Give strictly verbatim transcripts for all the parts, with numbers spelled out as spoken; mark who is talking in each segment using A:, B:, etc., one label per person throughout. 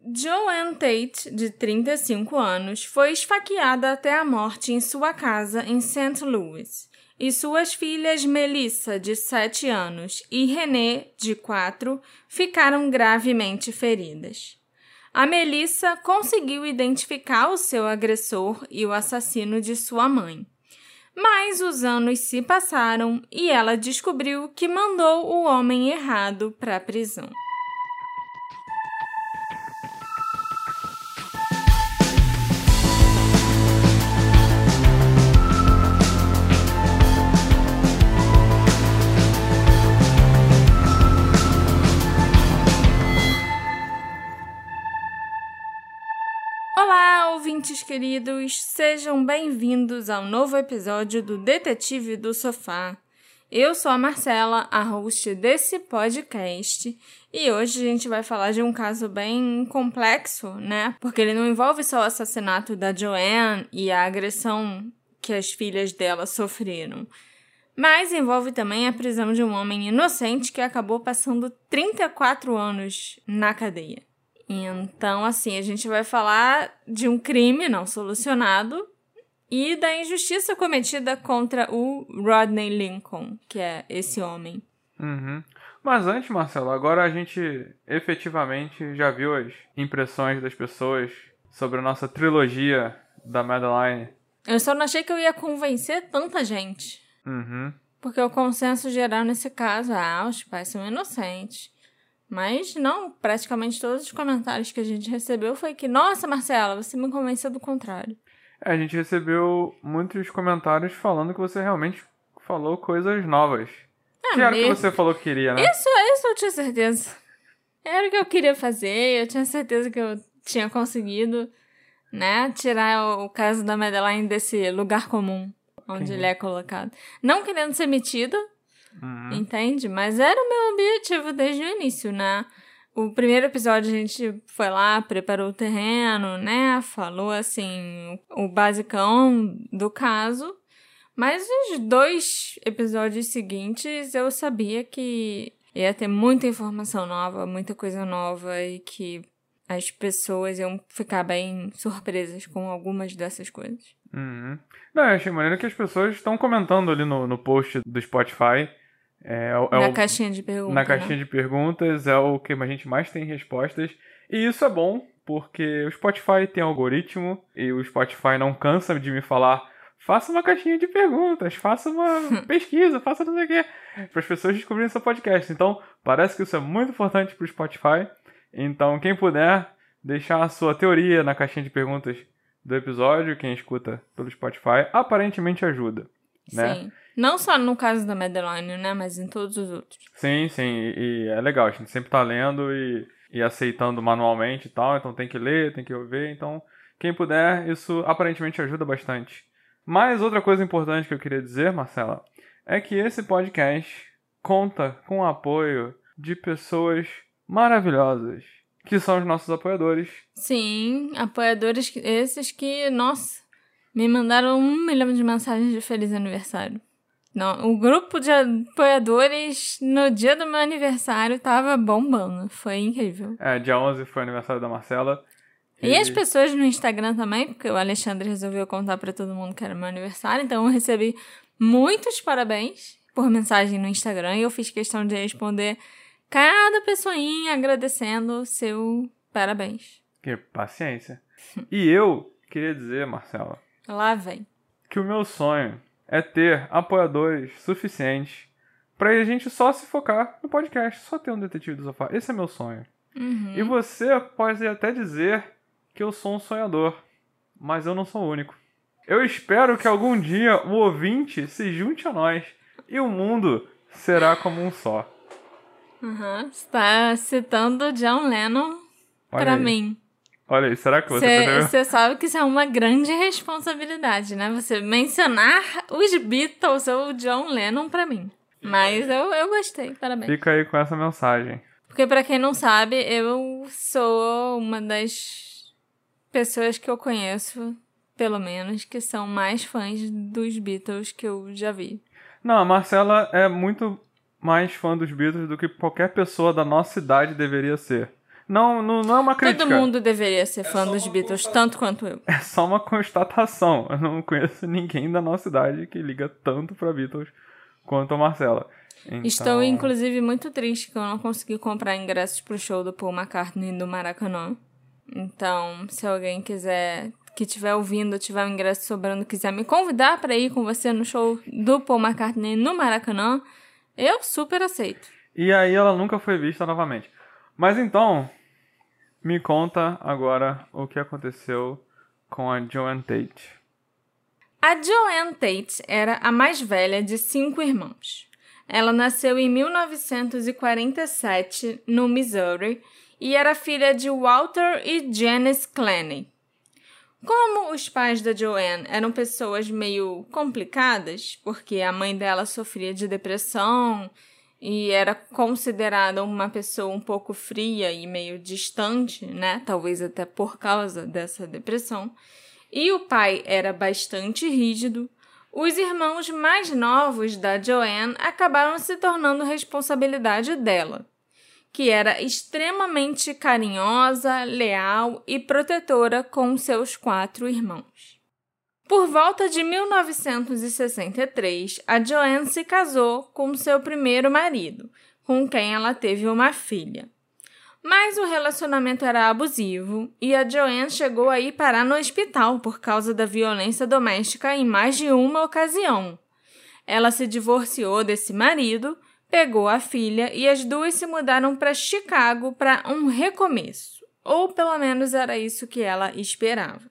A: Joanne Tate, de trinta e cinco anos, foi esfaqueada até a morte em sua casa em Saint Louis, e suas filhas Melissa, de sete anos, e Renée, de quatro, ficaram gravemente feridas. A Melissa conseguiu identificar o seu agressor e o assassino de sua mãe. Mas os anos se passaram e ela descobriu que mandou o homem errado para a prisão. Olá, ouvintes queridos! Sejam bem-vindos ao novo episódio do Detetive do Sofá. Eu sou a Marcela, a host desse podcast, e hoje a gente vai falar de um caso bem complexo, né? Porque ele não envolve só o assassinato da Joanne e a agressão que as filhas dela sofreram, mas envolve também a prisão de um homem inocente que acabou passando trinta e quatro anos na cadeia. Então, assim, a gente vai falar de um crime não solucionado e da injustiça cometida contra o Rodney Lincoln, que é esse homem.
B: Uhum. Mas antes, Marcelo, agora a gente efetivamente já viu as impressões das pessoas sobre a nossa trilogia da Madeline.
A: Eu só não achei que eu ia convencer tanta gente.
B: Uhum.
A: Porque o consenso geral nesse caso, ah, os pais são inocentes. Mas não, praticamente todos os comentários que a gente recebeu foi que, nossa, Marcela, você me convenceu do contrário.
B: É, a gente recebeu muitos comentários falando que você realmente falou coisas novas.
A: Ah,
B: que era o que
A: mesmo?
B: você falou que queria, né?
A: Isso, isso eu tinha certeza. Era o que eu queria fazer, eu tinha certeza que eu tinha conseguido, né, tirar o, o caso da Madeline desse lugar comum onde
B: Sim.
A: ele é colocado. Não querendo ser metida,
B: Uhum.
A: entende? Mas era o meu objetivo desde o início, né? O primeiro episódio a gente foi lá, preparou o terreno, né? Falou, assim, o basicão do caso. Mas os dois episódios seguintes eu sabia que ia ter muita informação nova, muita coisa nova e que as pessoas iam ficar bem surpresas com algumas dessas coisas.
B: Uhum. Não, eu achei maneiro que as pessoas estão comentando ali no, no post do Spotify. É, é
A: na
B: o,
A: caixinha de perguntas.
B: Na caixinha
A: né?
B: de perguntas é o que a gente mais tem respostas. E isso é bom, porque o Spotify tem algoritmo e o Spotify não cansa de me falar: faça uma caixinha de perguntas, faça uma pesquisa, faça não sei o quê, para as pessoas descobrirem seu podcast. Então, parece que isso é muito importante para o Spotify. Então, quem puder deixar a sua teoria na caixinha de perguntas do episódio, quem escuta pelo Spotify, aparentemente ajuda, né?
A: Sim. Não só no caso da Madeline, né? Mas em todos os outros.
B: Sim, sim. E, e é legal. A gente sempre tá lendo e, e aceitando manualmente e tal. Então tem que ler, tem que ouvir. Então, quem puder, isso aparentemente ajuda bastante. Mas outra coisa importante que eu queria dizer, Marcela, é que esse podcast conta com o apoio de pessoas maravilhosas, que são os nossos apoiadores.
A: Sim, apoiadores esses que, nossa, me mandaram um milhão de mensagens de feliz aniversário. Não, o grupo de apoiadores no dia do meu aniversário tava bombando. Foi incrível.
B: É, dia onze foi o aniversário da Marcela.
A: E, e as pessoas no Instagram também, porque o Alexandre resolveu contar pra todo mundo que era meu aniversário. Então eu recebi muitos parabéns por mensagem no Instagram. E eu fiz questão de responder cada pessoinha agradecendo seu parabéns.
B: Que paciência. E eu queria dizer, Marcela,
A: Lá vem.
B: que o meu sonho é ter apoiadores suficientes pra a gente só se focar no podcast, só ter um Detetive do Sofá. Esse é meu sonho.
A: Uhum.
B: E você pode até dizer que eu sou um sonhador, mas eu não sou o único. Eu espero que algum dia o ouvinte se junte a nós e o mundo será como um só.
A: Uhum. Você tá citando John Lennon
B: Olha
A: pra
B: aí.
A: mim.
B: Olha aí, será que você percebeu?
A: Você sabe que isso é uma grande responsabilidade, né? Você mencionar os Beatles ou o John Lennon pra mim. Mas eu, eu gostei, parabéns.
B: Fica aí com essa mensagem.
A: Porque pra quem não sabe, eu sou uma das pessoas que eu conheço, pelo menos, que são mais fãs dos Beatles que eu já vi.
B: Não, a Marcela é muito mais fã dos Beatles do que qualquer pessoa da nossa idade deveria ser. Não, não, não é uma crítica.
A: Todo mundo deveria ser fã dos Beatles, tanto quanto eu.
B: É só uma constatação. Eu não conheço ninguém da nossa idade que liga tanto pra Beatles quanto a Marcela. Então...
A: Estou, inclusive, muito triste que eu não consegui comprar ingressos pro show do Paul McCartney no Maracanã. Então, se alguém quiser, que estiver ouvindo, tiver um ingresso sobrando, quiser me convidar para ir com você no show do Paul McCartney no Maracanã, eu super aceito.
B: E aí ela nunca foi vista novamente. Mas então, me conta agora o que aconteceu com a Joan Tate.
A: A Joan Tate era a mais velha de cinco irmãos. Ela nasceu em mil novecentos e quarenta e sete, no Missouri, e era filha de Walter e Janice Clancy. Como os pais da Joan eram pessoas meio complicadas, porque a mãe dela sofria de depressão e era considerada uma pessoa um pouco fria e meio distante, né? Talvez até por causa dessa depressão, e o pai era bastante rígido, os irmãos mais novos da Joan acabaram se tornando responsabilidade dela, que era extremamente carinhosa, leal e protetora com seus quatro irmãos. Por volta de mil novecentos e sessenta e três, a Joan se casou com seu primeiro marido, com quem ela teve uma filha. Mas o relacionamento era abusivo e a Joan chegou a ir parar no hospital por causa da violência doméstica em mais de uma ocasião. Ela se divorciou desse marido, pegou a filha e as duas se mudaram para Chicago para um recomeço. Ou pelo menos era isso que ela esperava.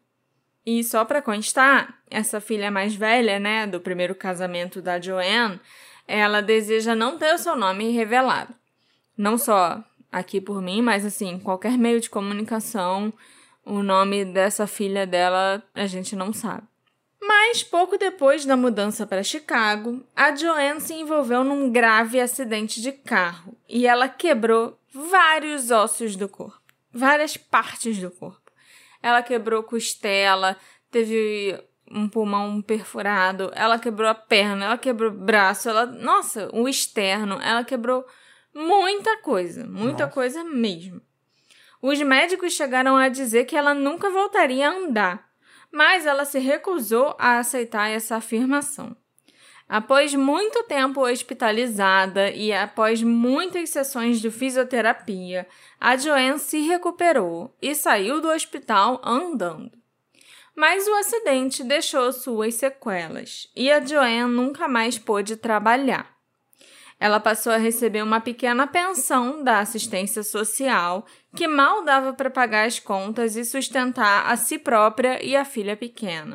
A: E só para constar, essa filha mais velha, né, do primeiro casamento da Joan, ela deseja não ter o seu nome revelado. Não só aqui por mim, mas assim, qualquer meio de comunicação, o nome dessa filha dela a gente não sabe. Mas pouco depois da mudança para Chicago, a Joan se envolveu num grave acidente de carro e ela quebrou vários ossos do corpo, várias partes do corpo. Ela quebrou costela, teve um pulmão perfurado, ela quebrou a perna, ela quebrou o braço, ela, nossa, o externo, ela quebrou muita coisa, muita Nossa. coisa mesmo. Os médicos chegaram a dizer que ela nunca voltaria a andar, mas ela se recusou a aceitar essa afirmação. Após muito tempo hospitalizada e após muitas sessões de fisioterapia, a Joan se recuperou e saiu do hospital andando. Mas o acidente deixou suas sequelas e a Joan nunca mais pôde trabalhar. Ela passou a receber uma pequena pensão da assistência social, que mal dava para pagar as contas e sustentar a si própria e a filha pequena.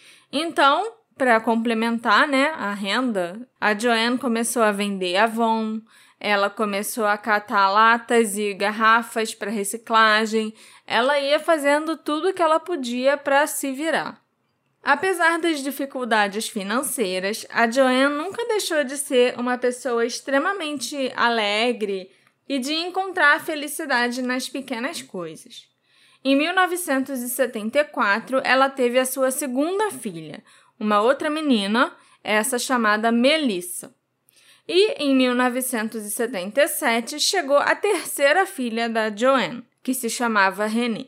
A: Então, para complementar, né, a renda, a Joan começou a vender Avon, ela começou a catar latas e garrafas para reciclagem, ela ia fazendo tudo o que ela podia para se virar. Apesar das dificuldades financeiras, a Joan nunca deixou de ser uma pessoa extremamente alegre e de encontrar a felicidade nas pequenas coisas. Em mil novecentos e setenta e quatro, ela teve a sua segunda filha, uma outra menina, essa chamada Melissa. E em mil novecentos e setenta e sete, chegou a terceira filha da Joan, que se chamava Renée.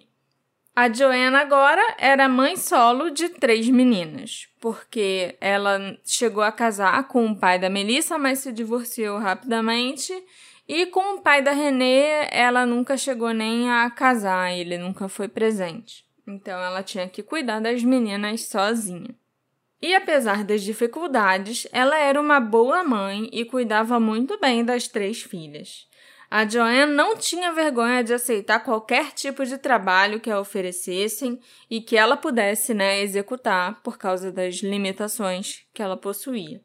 A: A Joan agora era mãe solo de três meninas, porque ela chegou a casar com o pai da Melissa, mas se divorciou rapidamente, e com o pai da Renée, ela nunca chegou nem a casar, ele nunca foi presente. Então ela tinha que cuidar das meninas sozinha. E apesar das dificuldades, ela era uma boa mãe e cuidava muito bem das três filhas. A Joan não tinha vergonha de aceitar qualquer tipo de trabalho que a oferecessem e que ela pudesse, né, executar por causa das limitações que ela possuía.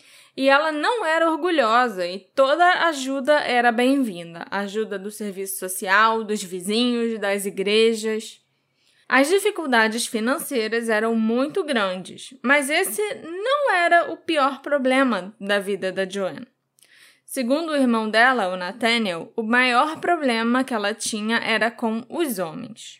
A: E ela não era orgulhosa e toda ajuda era bem-vinda. Ajuda do serviço social, dos vizinhos, das igrejas. As dificuldades financeiras eram muito grandes, mas esse não era o pior problema da vida da Joan. Segundo o irmão dela, o Nathaniel, o maior problema que ela tinha era com os homens.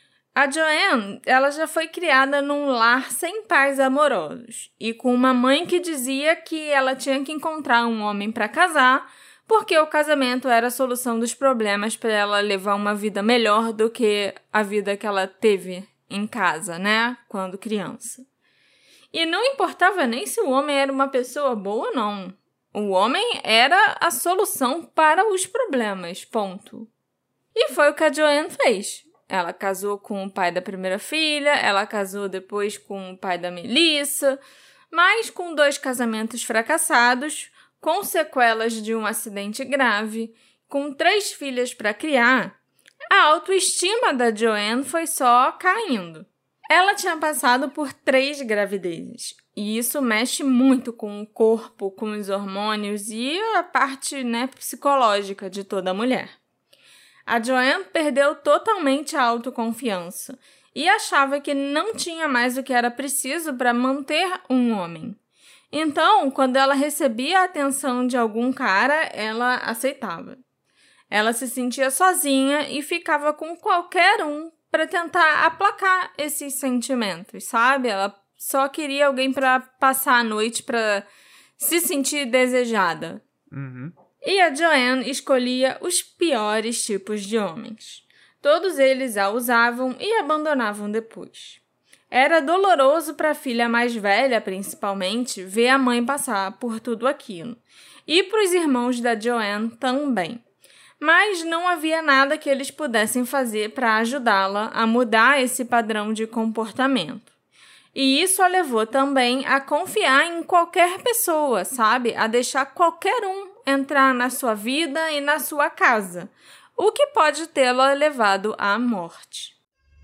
A: A Joan, ela já foi criada num lar sem pais amorosos e com uma mãe que dizia que ela tinha que encontrar um homem para casar porque o casamento era a solução dos problemas para ela levar uma vida melhor do que a vida que ela teve em casa, né, quando criança. E não importava nem se o homem era uma pessoa boa ou não. O homem era a solução para os problemas, ponto. E foi o que a Joanne fez. Ela casou com o pai da primeira filha, ela casou depois com o pai da Melissa, mas com dois casamentos fracassados, com sequelas de um acidente grave, com três filhas para criar, a autoestima da Joanne foi só caindo. Ela tinha passado por três gravidezes, e isso mexe muito com o corpo, com os hormônios e a parte, né, psicológica de toda mulher. A Joanne perdeu totalmente a autoconfiança e achava que não tinha mais o que era preciso para manter um homem. Então, quando ela recebia a atenção de algum cara, ela aceitava. Ela se sentia sozinha e ficava com qualquer um para tentar aplacar esses sentimentos, sabe? Ela só queria alguém para passar a noite, para se sentir desejada.
B: Uhum.
A: E a Joanne escolhia os piores tipos de homens. Todos eles a usavam e abandonavam depois. Era doloroso para a filha mais velha, principalmente, ver a mãe passar por tudo aquilo. E para os irmãos da Joanne também. Mas não havia nada que eles pudessem fazer para ajudá-la a mudar esse padrão de comportamento. E isso a levou também a confiar em qualquer pessoa, sabe? A deixar qualquer um entrar na sua vida e na sua casa, o que pode tê-la levado à morte.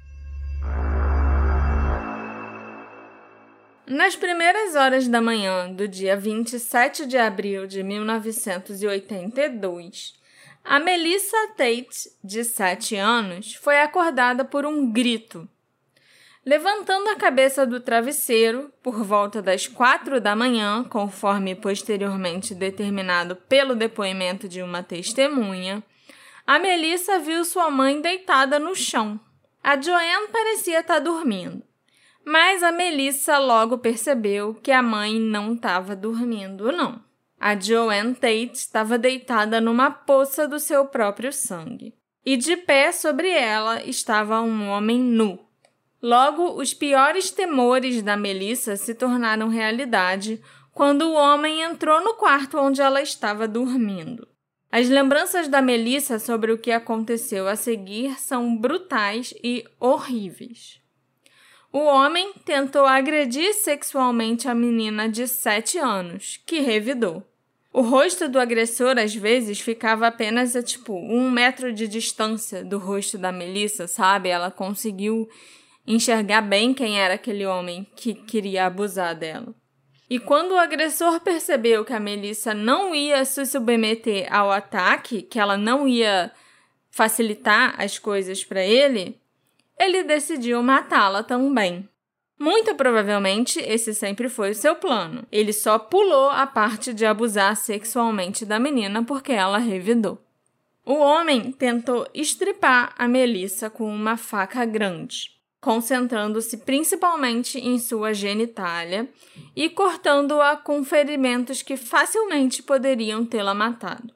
A: Nas primeiras horas da manhã do dia vinte e sete de abril de mil novecentos e oitenta e dois, a Melissa Tate, de sete anos, foi acordada por um grito. Levantando a cabeça do travesseiro, por volta das quatro da manhã, conforme posteriormente determinado pelo depoimento de uma testemunha, a Melissa viu sua mãe deitada no chão. A Joanne parecia estar dormindo, mas a Melissa logo percebeu que a mãe não estava dormindo, não. A Joanne Tate estava deitada numa poça do seu próprio sangue, e de pé sobre ela estava um homem nu. Logo, os piores temores da Melissa se tornaram realidade quando o homem entrou no quarto onde ela estava dormindo. As lembranças da Melissa sobre o que aconteceu a seguir são brutais e horríveis. O homem tentou agredir sexualmente a menina de sete anos, que revidou. O rosto do agressor, às vezes, ficava apenas a, tipo, um metro de distância do rosto da Melissa, sabe? Ela conseguiu enxergar bem quem era aquele homem que queria abusar dela. E quando o agressor percebeu que a Melissa não ia se submeter ao ataque, que ela não ia facilitar as coisas para ele, ele decidiu matá-la também. Muito provavelmente, esse sempre foi o seu plano. Ele só pulou a parte de abusar sexualmente da menina porque ela revidou. O homem tentou estripar a Melissa com uma faca grande, concentrando-se principalmente em sua genitália e cortando-a com ferimentos que facilmente poderiam tê-la matado.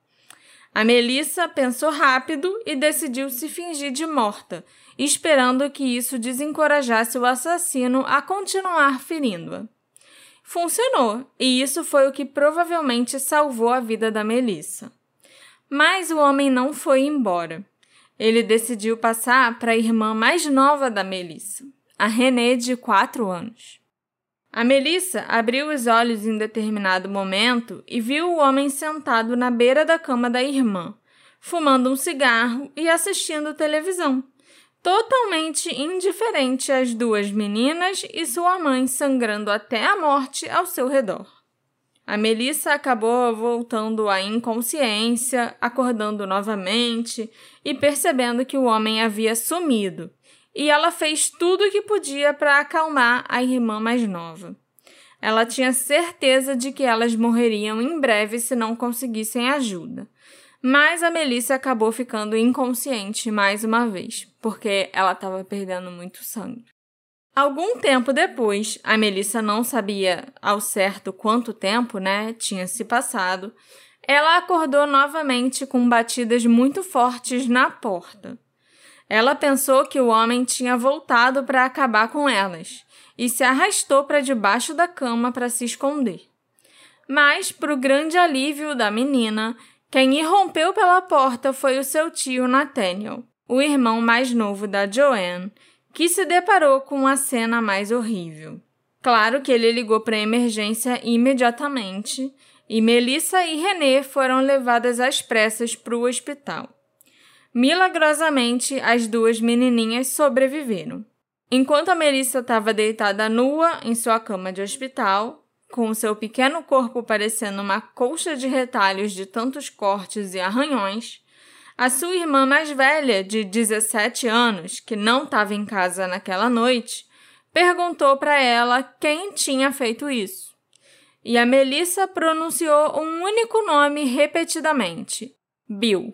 A: A Melissa pensou rápido e decidiu se fingir de morta, esperando que isso desencorajasse o assassino a continuar ferindo-a. Funcionou, e isso foi o que provavelmente salvou a vida da Melissa. Mas o homem não foi embora. Ele decidiu passar para a irmã mais nova da Melissa, a Renée, de quatro anos. A Melissa abriu os olhos em determinado momento e viu o homem sentado na beira da cama da irmã, fumando um cigarro e assistindo televisão, totalmente indiferente às duas meninas e sua mãe sangrando até a morte ao seu redor. A Melissa acabou voltando à inconsciência, acordando novamente e percebendo que o homem havia sumido, e ela fez tudo o que podia para acalmar a irmã mais nova. Ela tinha certeza de que elas morreriam em breve se não conseguissem ajuda, mas a Melissa acabou ficando inconsciente mais uma vez, porque ela estava perdendo muito sangue. Algum tempo depois, a Melissa não sabia ao certo quanto tempo, né, tinha se passado, ela acordou novamente com batidas muito fortes na porta. Ela pensou que o homem tinha voltado para acabar com elas e se arrastou para debaixo da cama para se esconder. Mas, para o grande alívio da menina, quem irrompeu pela porta foi o seu tio Nathaniel, o irmão mais novo da Joanne, que se deparou com a cena mais horrível. Claro que ele ligou para a emergência imediatamente e Melissa e Renee foram levadas às pressas para o hospital. Milagrosamente, as duas menininhas sobreviveram. Enquanto a Melissa estava deitada nua em sua cama de hospital, com seu pequeno corpo parecendo uma colcha de retalhos de tantos cortes e arranhões, a sua irmã mais velha, de dezessete anos, que não estava em casa naquela noite, perguntou para ela quem tinha feito isso. E a Melissa pronunciou um único nome repetidamente: Bill.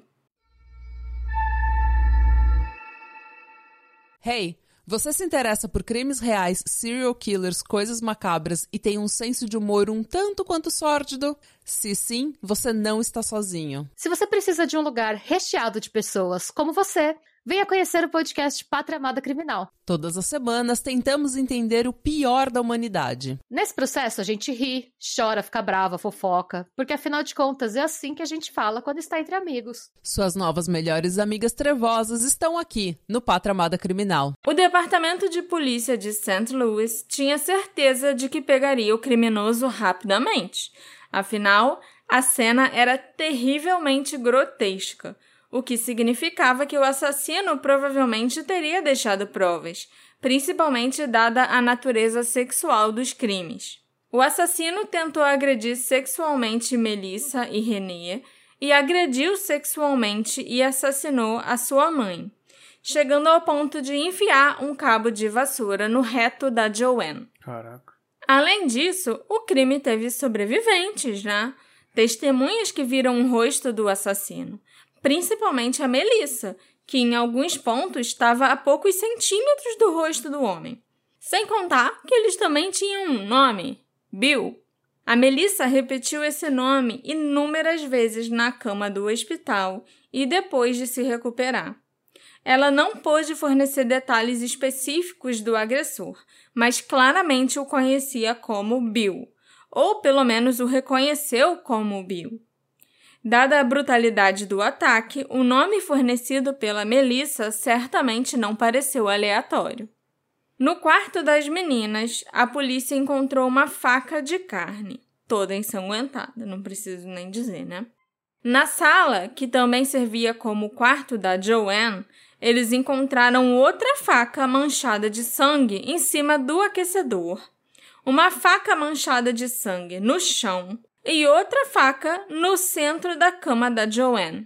C: Hey, você se interessa por crimes reais, serial killers, coisas macabras e tem um senso de humor um tanto quanto sórdido? Se sim, você não está sozinho.
D: Se você precisa de um lugar recheado de pessoas como você, venha conhecer o podcast Pátria Amada Criminal.
C: Todas as semanas tentamos entender o pior da humanidade.
D: Nesse processo a gente ri, chora, fica brava, fofoca, porque afinal de contas é assim que a gente fala quando está entre amigos.
C: Suas novas melhores amigas trevosas estão aqui, no Pátria Amada Criminal.
A: O Departamento de Polícia de Saint Louis tinha certeza de que pegaria o criminoso rapidamente. Afinal, a cena era terrivelmente grotesca, o que significava que o assassino provavelmente teria deixado provas, principalmente dada a natureza sexual dos crimes. O assassino tentou agredir sexualmente Melissa e Renee e agrediu sexualmente e assassinou a sua mãe, chegando ao ponto de enfiar um cabo de vassoura no reto da Joanne.
B: Caraca.
A: Além disso, o crime teve sobreviventes, né? Testemunhas que viram o rosto do assassino, principalmente a Melissa, que em alguns pontos estava a poucos centímetros do rosto do homem. Sem contar que eles também tinham um nome, Bill. A Melissa repetiu esse nome inúmeras vezes na cama do hospital e depois de se recuperar. Ela não pôde fornecer detalhes específicos do agressor, mas claramente o conhecia como Bill, ou pelo menos o reconheceu como Bill. Dada a brutalidade do ataque, o nome fornecido pela Melissa certamente não pareceu aleatório. No quarto das meninas, a polícia encontrou uma faca de carne, toda ensanguentada, não preciso nem dizer, né? Na sala, que também servia como quarto da Joanne, eles encontraram outra faca manchada de sangue em cima do aquecedor, uma faca manchada de sangue no chão e outra faca no centro da cama da Joanne.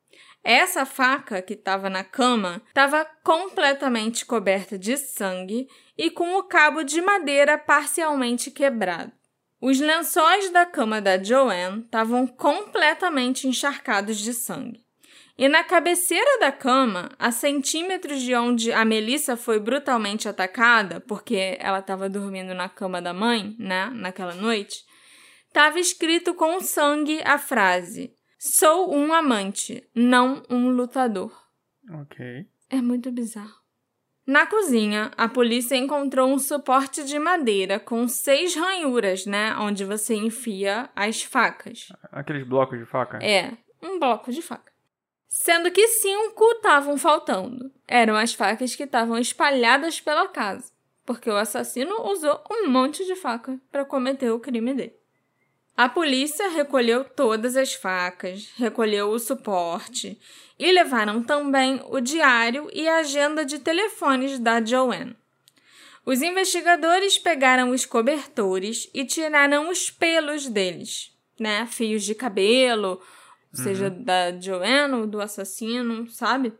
A: Essa faca que estava na cama estava completamente coberta de sangue e com o cabo de madeira parcialmente quebrado. Os lençóis da cama da Joanne estavam completamente encharcados de sangue. E na cabeceira da cama, a centímetros de onde a Melissa foi brutalmente atacada, porque ela estava dormindo na cama da mãe, né, naquela noite, estava escrito com sangue a frase: "Sou um amante, não um lutador."
B: Ok.
A: É muito bizarro. Na cozinha, a polícia encontrou um suporte de madeira com seis ranhuras, né, onde você enfia as facas.
B: Aqueles blocos de faca?
A: É, um bloco de faca. Sendo que cinco estavam faltando. Eram as facas que estavam espalhadas pela casa, porque o assassino usou um monte de faca para cometer o crime dele. A polícia recolheu todas as facas, recolheu o suporte e levaram também o diário e a agenda de telefones da Joanne. Os investigadores pegaram os cobertores e tiraram os pelos deles, né? Fios de cabelo, seja uhum. da Joanne ou do assassino, sabe?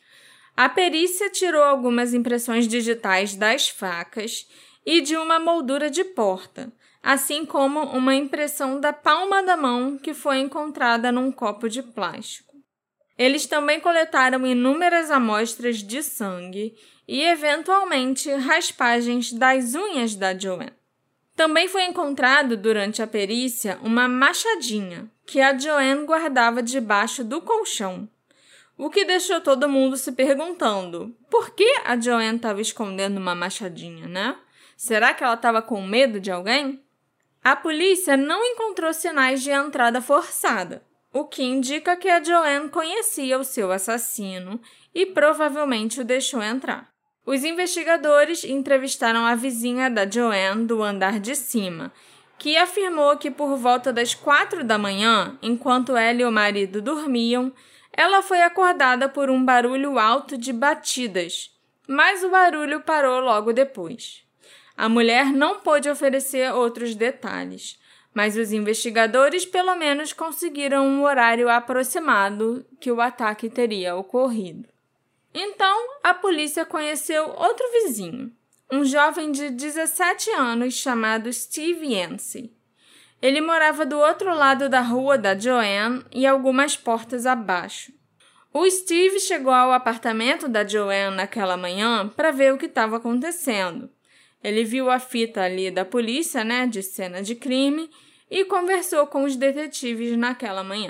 A: A perícia tirou algumas impressões digitais das facas e de uma moldura de porta, assim como uma impressão da palma da mão que foi encontrada num copo de plástico. Eles também coletaram inúmeras amostras de sangue e, eventualmente, raspagens das unhas da Joanne. Também foi encontrado, durante a perícia, uma machadinha, que a Joanne guardava debaixo do colchão. O que deixou todo mundo se perguntando por que a Joanne estava escondendo uma machadinha, né? Será que ela estava com medo de alguém? A polícia não encontrou sinais de entrada forçada, o que indica que a Joanne conhecia o seu assassino e provavelmente o deixou entrar. Os investigadores entrevistaram a vizinha da Joanne do andar de cima, que afirmou que por volta das quatro da manhã, enquanto ela e o marido dormiam, ela foi acordada por um barulho alto de batidas, mas o barulho parou logo depois. A mulher não pôde oferecer outros detalhes, mas os investigadores pelo menos conseguiram um horário aproximado que o ataque teria ocorrido. Então, a polícia conheceu outro vizinho, um jovem de dezessete anos chamado Steve Yancey. Ele morava do outro lado da rua da Joanne e algumas portas abaixo. O Steve chegou ao apartamento da Joanne naquela manhã para ver o que estava acontecendo. Ele viu a fita ali da polícia, né, de cena de crime, e conversou com os detetives naquela manhã.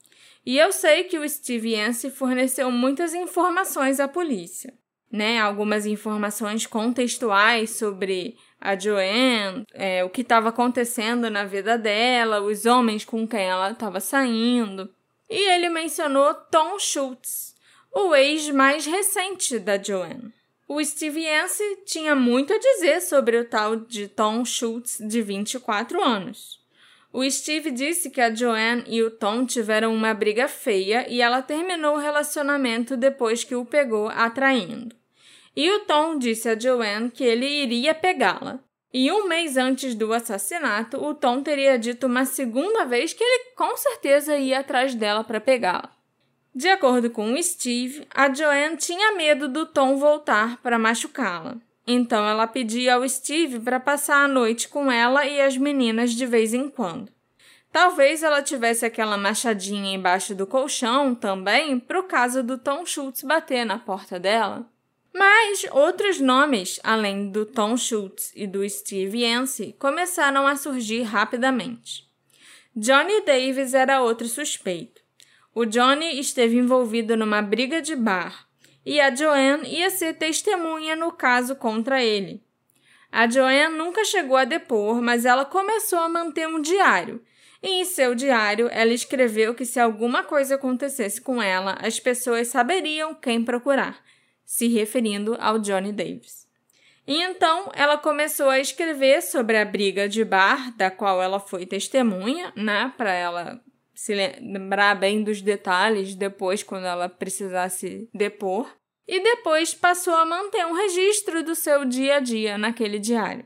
A: E eu sei que o Steve Yancey forneceu muitas informações à polícia, né, algumas informações contextuais sobre a Joanne, é, o que estava acontecendo na vida dela, os homens com quem ela estava saindo. E ele mencionou Tom Schultz, o ex mais recente da Joanne. O Steve Yancey tinha muito a dizer sobre o tal de Tom Schultz, de vinte e quatro anos. O Steve disse que a Joanne e o Tom tiveram uma briga feia e ela terminou o relacionamento depois que o pegou atraindo. E o Tom disse a Joanne que ele iria pegá-la. E um mês antes do assassinato, o Tom teria dito uma segunda vez que ele com certeza ia atrás dela para pegá-la. De acordo com o Steve, a Joanne tinha medo do Tom voltar para machucá-la. Então ela pedia ao Steve para passar a noite com ela e as meninas de vez em quando. Talvez ela tivesse aquela machadinha embaixo do colchão também pro caso do Tom Schultz bater na porta dela. Mas outros nomes, além do Tom Schultz e do Steve Yancey, começaram a surgir rapidamente. Johnny Davis era outro suspeito. O Johnny esteve envolvido numa briga de bar e a Joanne ia ser testemunha no caso contra ele. A Joanne nunca chegou a depor, mas ela começou a manter um diário. E em seu diário, ela escreveu que se alguma coisa acontecesse com ela, as pessoas saberiam quem procurar, se referindo ao Johnny Davis. E então, ela começou a escrever sobre a briga de bar, da qual ela foi testemunha, né, para ela se lembrar bem dos detalhes depois, quando ela precisasse depor. E depois passou a manter um registro do seu dia a dia naquele diário.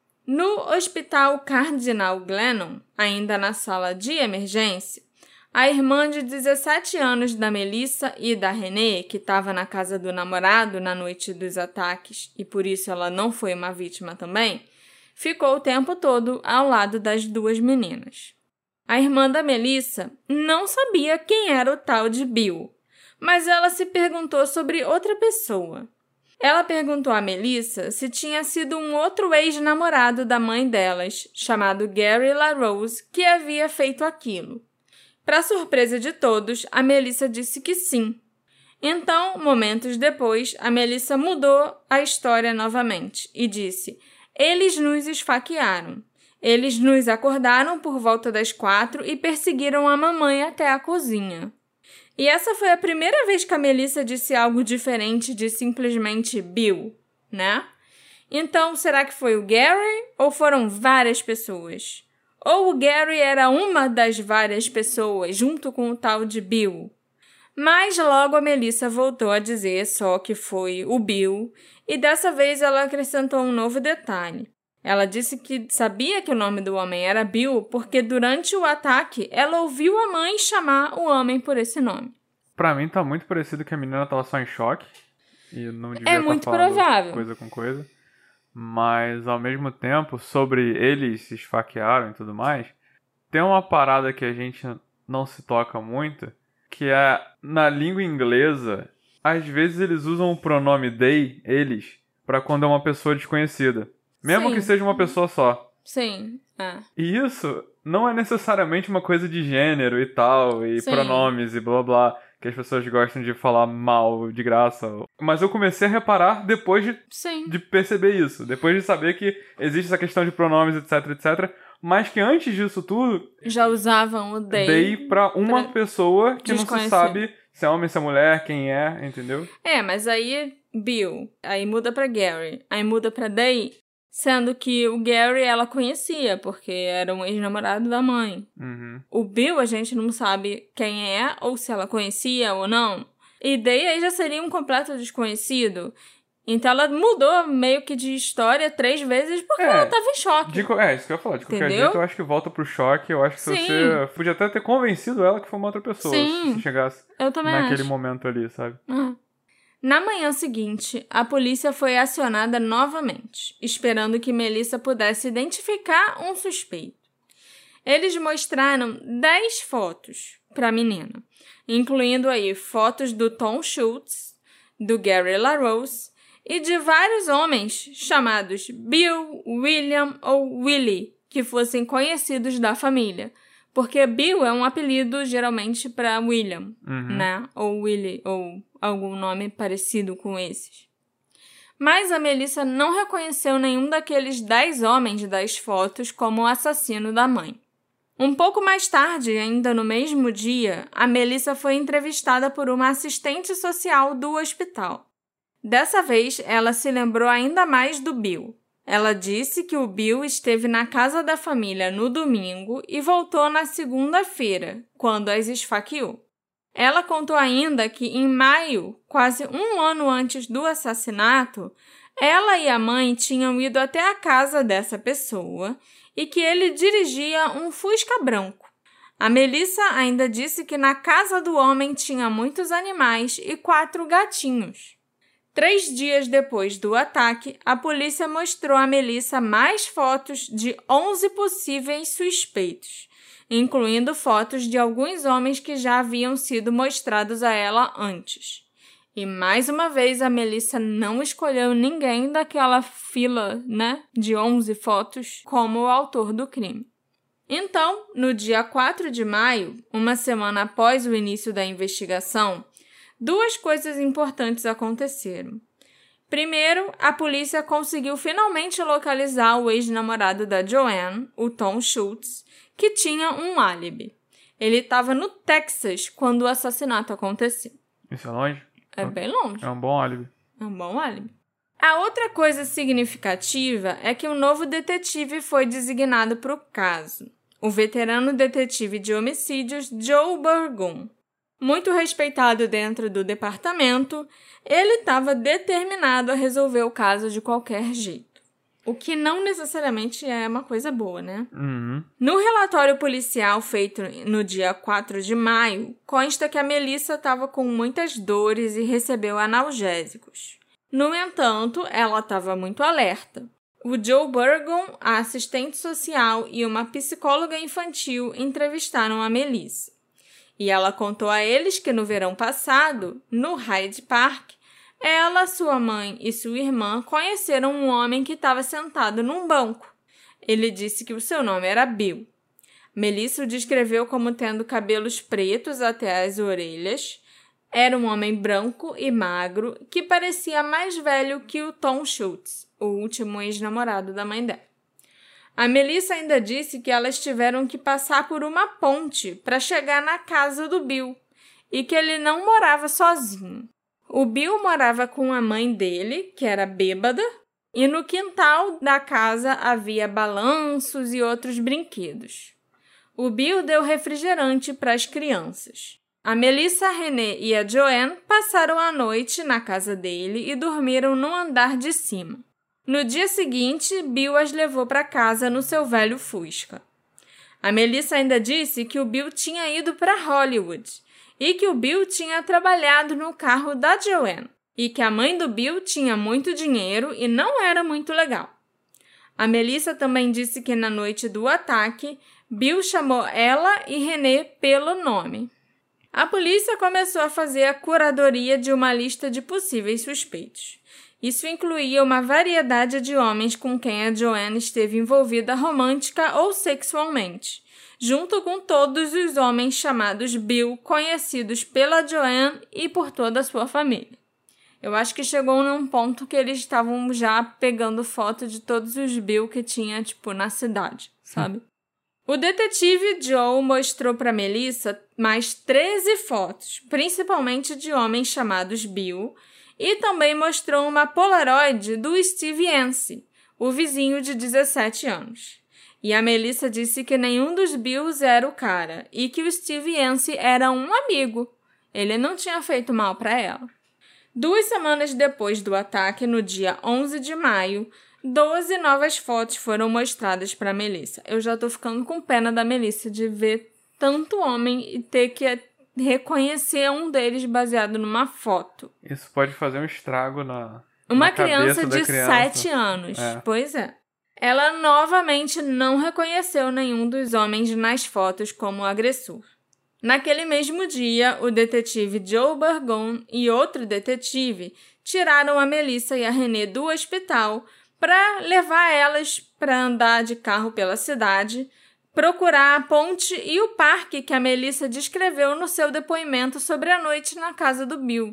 A: No Hospital Cardinal Glennon, ainda na sala de emergência, a irmã de dezessete anos da Melissa e da Renee, que estava na casa do namorado na noite dos ataques e por isso ela não foi uma vítima também, ficou o tempo todo ao lado das duas meninas. A irmã da Melissa não sabia quem era o tal de Bill, mas ela se perguntou sobre outra pessoa. Ela perguntou a Melissa se tinha sido um outro ex-namorado da mãe delas, chamado Gary LaRose, que havia feito aquilo. Para surpresa de todos, a Melissa disse que sim. Então, momentos depois, a Melissa mudou a história novamente e disse: eles nos esfaquearam. Eles nos acordaram por volta das quatro e perseguiram a mamãe até a cozinha. E essa foi a primeira vez que a Melissa disse algo diferente de simplesmente Bill, né? Então, será que foi o Gary ou foram várias pessoas? Ou o Gary era uma das várias pessoas, junto com o tal de Bill? Mas logo a Melissa voltou a dizer só que foi o Bill, e dessa vez ela acrescentou um novo detalhe. Ela disse que sabia que o nome do homem era Bill porque durante o ataque ela ouviu a mãe chamar o homem por esse nome.
B: Pra mim tá muito parecido que a menina tava só em choque e não devia
A: é
B: estar
A: muito
B: falando
A: provável.
B: coisa com coisa. Mas ao mesmo tempo, sobre eles se esfaquearam e tudo mais, tem uma parada que a gente não se toca muito, que é na língua inglesa, às vezes eles usam o pronome they, eles, pra quando é uma pessoa desconhecida. Mesmo
A: Sim.
B: que seja uma pessoa só.
A: Sim, é.
B: E isso não é necessariamente uma coisa de gênero e tal, e
A: Sim.
B: pronomes e blá blá, que as pessoas gostam de falar mal, de graça. Mas eu comecei a reparar depois de,
A: Sim.
B: de perceber isso, depois de saber que existe essa questão de pronomes, etc, etc, mas que antes disso tudo,
A: Já usavam o they.
B: dei pra uma
A: pra
B: pessoa que não se
A: desconhecer.
B: sabe se é homem, se é mulher, quem é, entendeu?
A: É, mas aí Bill, aí muda pra Gary, aí muda pra they, sendo que o Gary ela conhecia, porque era um ex-namorado da mãe.
B: Uhum.
A: O Bill a gente não sabe quem é, ou se ela conhecia ou não. E Day aí já seria um completo desconhecido. Então ela mudou meio que de história três vezes porque
B: É,
A: ela tava em choque.
B: De, co- é, isso que eu ia falar. De qualquer
A: Entendeu?
B: jeito, eu acho que volta pro choque. Eu acho que se
A: Sim.
B: você podia até ter convencido ela que foi uma outra pessoa.
A: Sim.
B: Se chegasse
A: Eu também
B: naquele
A: acho.
B: momento ali, sabe?
A: Ah. Na manhã seguinte, a polícia foi acionada novamente, esperando que Melissa pudesse identificar um suspeito. Eles mostraram dez fotos para a menina, incluindo aí fotos do Tom Schultz, do Gary LaRose e de vários homens chamados Bill, William ou Willie, que fossem conhecidos da família. Porque Bill é um apelido geralmente para William,
B: Uhum.
A: né? Ou Willie, ou algum nome parecido com esses. Mas a Melissa não reconheceu nenhum daqueles dez homens das fotos como o assassino da mãe. Um pouco mais tarde, ainda no mesmo dia, a Melissa foi entrevistada por uma assistente social do hospital. Dessa vez, ela se lembrou ainda mais do Bill. Ela disse que o Bill esteve na casa da família no domingo e voltou na segunda-feira, quando as esfaqueou. Ela contou ainda que, em maio, quase um ano antes do assassinato, ela e a mãe tinham ido até a casa dessa pessoa e que ele dirigia um Fusca branco. A Melissa ainda disse que na casa do homem tinha muitos animais e quatro gatinhos. Três dias depois do ataque, a polícia mostrou a Melissa mais fotos de onze possíveis suspeitos, incluindo fotos de alguns homens que já haviam sido mostrados a ela antes. E mais uma vez a Melissa não escolheu ninguém daquela fila, né, de onze fotos como o autor do crime. Então, no dia quatro de maio, uma semana após o início da investigação, duas coisas importantes aconteceram. Primeiro, a polícia conseguiu finalmente localizar o ex-namorado da Joanne, o Tom Schultz, que tinha um álibi. Ele estava no Texas quando o assassinato aconteceu.
B: Isso é longe?
A: É bem longe.
B: É um bom álibi.
A: É um bom álibi. A outra coisa significativa é que um novo detetive foi designado para o caso. O veterano detetive de homicídios Joe Burgum. Muito respeitado dentro do departamento, ele estava determinado a resolver o caso de qualquer jeito. O que não necessariamente é uma coisa boa, né?
B: Uhum.
A: No relatório policial feito no dia quatro de maio, consta que a Melissa estava com muitas dores e recebeu analgésicos. No entanto, ela estava muito alerta. O Joe Burgum, a assistente social e uma psicóloga infantil entrevistaram a Melissa. E ela contou a eles que no verão passado, no Hyde Park, ela, sua mãe e sua irmã conheceram um homem que estava sentado num banco. Ele disse que o seu nome era Bill. Melissa o descreveu como tendo cabelos pretos até as orelhas. Era um homem branco e magro que parecia mais velho que o Tom Schultz, o último ex-namorado da mãe dela. A Melissa ainda disse que elas tiveram que passar por uma ponte para chegar na casa do Bill e que ele não morava sozinho. O Bill morava com a mãe dele, que era bêbada, e no quintal da casa havia balanços e outros brinquedos. O Bill deu refrigerante para as crianças. A Melissa, a Renee e a Joanne passaram a noite na casa dele e dormiram no andar de cima. No dia seguinte, Bill as levou para casa no seu velho Fusca. A Melissa ainda disse que o Bill tinha ido para Hollywood e que o Bill tinha trabalhado no carro da Joanne e que a mãe do Bill tinha muito dinheiro e não era muito legal. A Melissa também disse que na noite do ataque, Bill chamou ela e Renee pelo nome. A polícia começou a fazer a curadoria de uma lista de possíveis suspeitos. Isso incluía uma variedade de homens com quem a Joanne esteve envolvida romântica ou sexualmente, junto com todos os homens chamados Bill, conhecidos pela Joanne e por toda a sua família. Eu acho que chegou num ponto que eles estavam já pegando foto de todos os Bill que tinha, tipo, na cidade, sabe? O detetive Joe mostrou para Melissa mais treze fotos, principalmente de homens chamados Bill, e também mostrou uma Polaroid do Steve Yancey, o vizinho de dezessete anos. E a Melissa disse que nenhum dos Bills era o cara e que o Steve Yancey era um amigo. Ele não tinha feito mal para ela. Duas semanas depois do ataque, no dia onze de maio, doze novas fotos foram mostradas para Melissa. Eu já tô ficando com pena da Melissa de ver tanto homem e ter que reconhecer um deles baseado numa foto.
B: Isso pode fazer um estrago na
A: Uma
B: na
A: criança de
B: criança.
A: sete anos.
B: É.
A: Pois é. Ela novamente não reconheceu nenhum dos homens nas fotos como agressor. Naquele mesmo dia, o detetive Joe Burgon e outro detetive tiraram a Melissa e a Renée do hospital para levar elas para andar de carro pela cidade, procurar a ponte e o parque que a Melissa descreveu no seu depoimento sobre a noite na casa do Bill.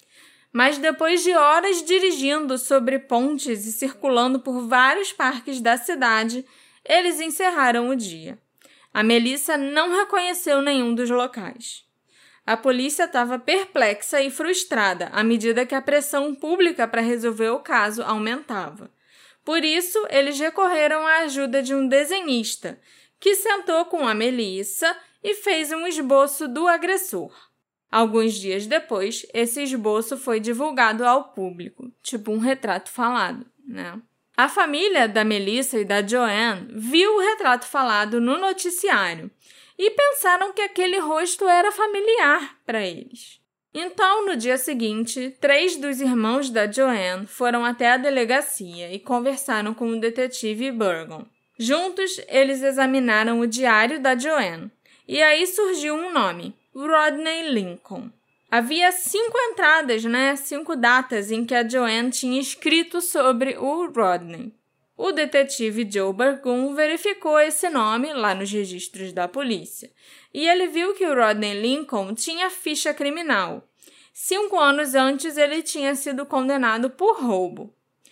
A: Mas depois de horas dirigindo sobre pontes e circulando por vários parques da cidade, eles encerraram o dia. A Melissa não reconheceu nenhum dos locais. A polícia estava perplexa e frustrada à medida que a pressão pública para resolver o caso aumentava. Por isso, eles recorreram à ajuda de um desenhista, que sentou com a Melissa e fez um esboço do agressor. Alguns dias depois, esse esboço foi divulgado ao público, tipo um retrato falado, né? A família da Melissa e da Joanne viu o retrato falado no noticiário e pensaram que aquele rosto era familiar para eles. Então, no dia seguinte, três dos irmãos da Joanne foram até a delegacia e conversaram com o detetive Burgon. Juntos, eles examinaram o diário da Joanne. E aí surgiu um nome, Rodney Lincoln. Havia cinco entradas, né? Cinco datas em que a Joanne tinha escrito sobre o Rodney. O detetive Joe Burgon verificou esse nome lá nos registros da polícia. E ele viu que o Rodney Lincoln tinha ficha criminal. Cinco anos antes, ele tinha sido condenado por roubo.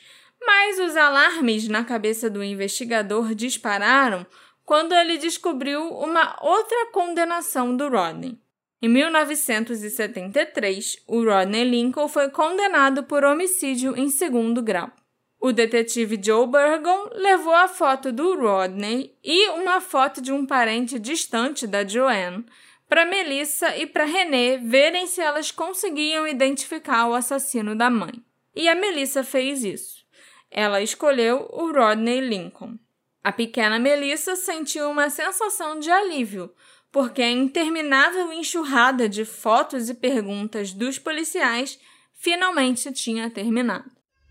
A: Mas os alarmes na cabeça do investigador dispararam quando ele descobriu uma outra condenação do Rodney. Em mil novecentos e setenta e três, o Rodney Lincoln foi condenado por homicídio em segundo grau. O detetive Joe Burgon levou a foto do Rodney e uma foto de um parente distante da Joanne para Melissa e para Renée verem se elas conseguiam identificar o assassino da mãe. E a Melissa fez isso. Ela escolheu o Rodney Lincoln. A pequena Melissa sentiu uma sensação de alívio, porque a interminável enxurrada de fotos e perguntas dos policiais finalmente tinha terminado.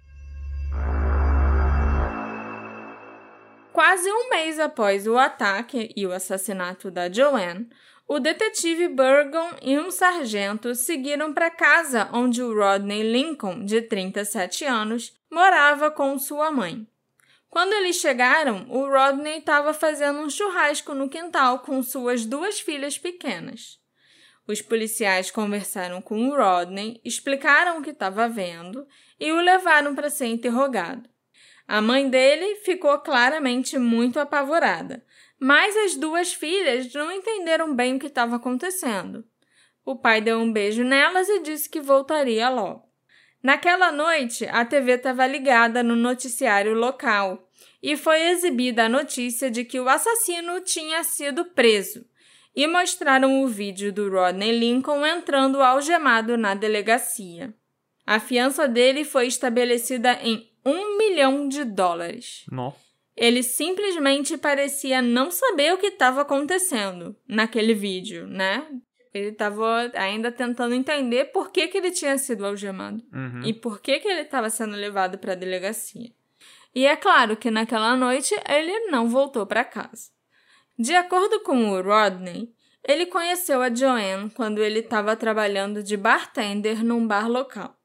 A: Quase um mês após o ataque e o assassinato da Joanne, o detetive Burgon e um sargento seguiram para a casa onde o Rodney Lincoln, de trinta e sete anos, morava com sua mãe. Quando eles chegaram, o Rodney estava fazendo um churrasco no quintal com suas duas filhas pequenas. Os policiais conversaram com o Rodney, explicaram o que estava vendo e o levaram para ser interrogado. A mãe dele ficou claramente muito apavorada, mas as duas filhas não entenderam bem o que estava acontecendo. O pai deu um beijo nelas e disse que voltaria logo. Naquela noite, a T V estava ligada no noticiário local e foi exibida a notícia de que o assassino tinha sido preso e mostraram o vídeo do Rodney Lincoln entrando algemado na delegacia. A fiança dele foi estabelecida em um milhão de dólares.
B: Nossa.
A: Ele simplesmente parecia não saber o que estava acontecendo naquele vídeo, né? Ele estava ainda tentando entender por que, que ele tinha sido algemado
B: Uhum.
A: e por que, que ele estava sendo levado para a delegacia. E é claro que naquela noite ele não voltou para casa. De acordo com o Rodney, ele conheceu a Joanne quando ele estava trabalhando de bartender num bar local.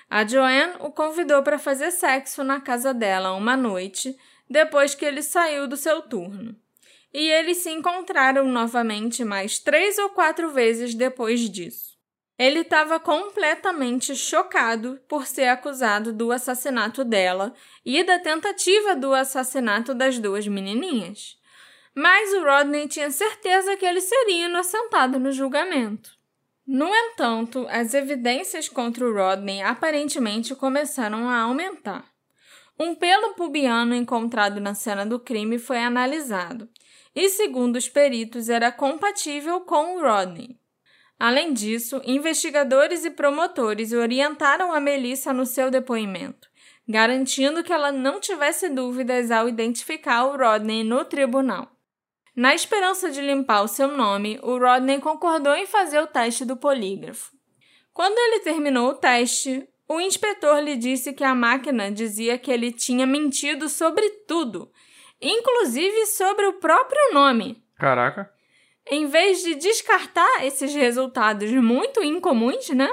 A: A Joanne o convidou para fazer sexo na casa dela uma noite, depois que ele saiu do seu turno. E eles se encontraram novamente mais três ou quatro vezes depois disso. Ele estava completamente chocado por ser acusado do assassinato dela e da tentativa do assassinato das duas menininhas. Mas o Rodney tinha certeza que ele seria inocentado no julgamento. No entanto, as evidências contra o Rodney aparentemente começaram a aumentar. Um pelo pubiano encontrado na cena do crime foi analisado e, segundo os peritos, era compatível com o Rodney. Além disso, investigadores e promotores orientaram a Melissa no seu depoimento, garantindo que ela não tivesse dúvidas ao identificar o Rodney no tribunal. Na esperança de limpar o seu nome, o Rodney concordou em fazer o teste do polígrafo. Quando ele terminou o teste, o inspetor lhe disse que a máquina dizia que ele tinha mentido sobre tudo, inclusive sobre o próprio nome.
B: Caraca.
A: Em vez de descartar esses resultados muito incomuns, né?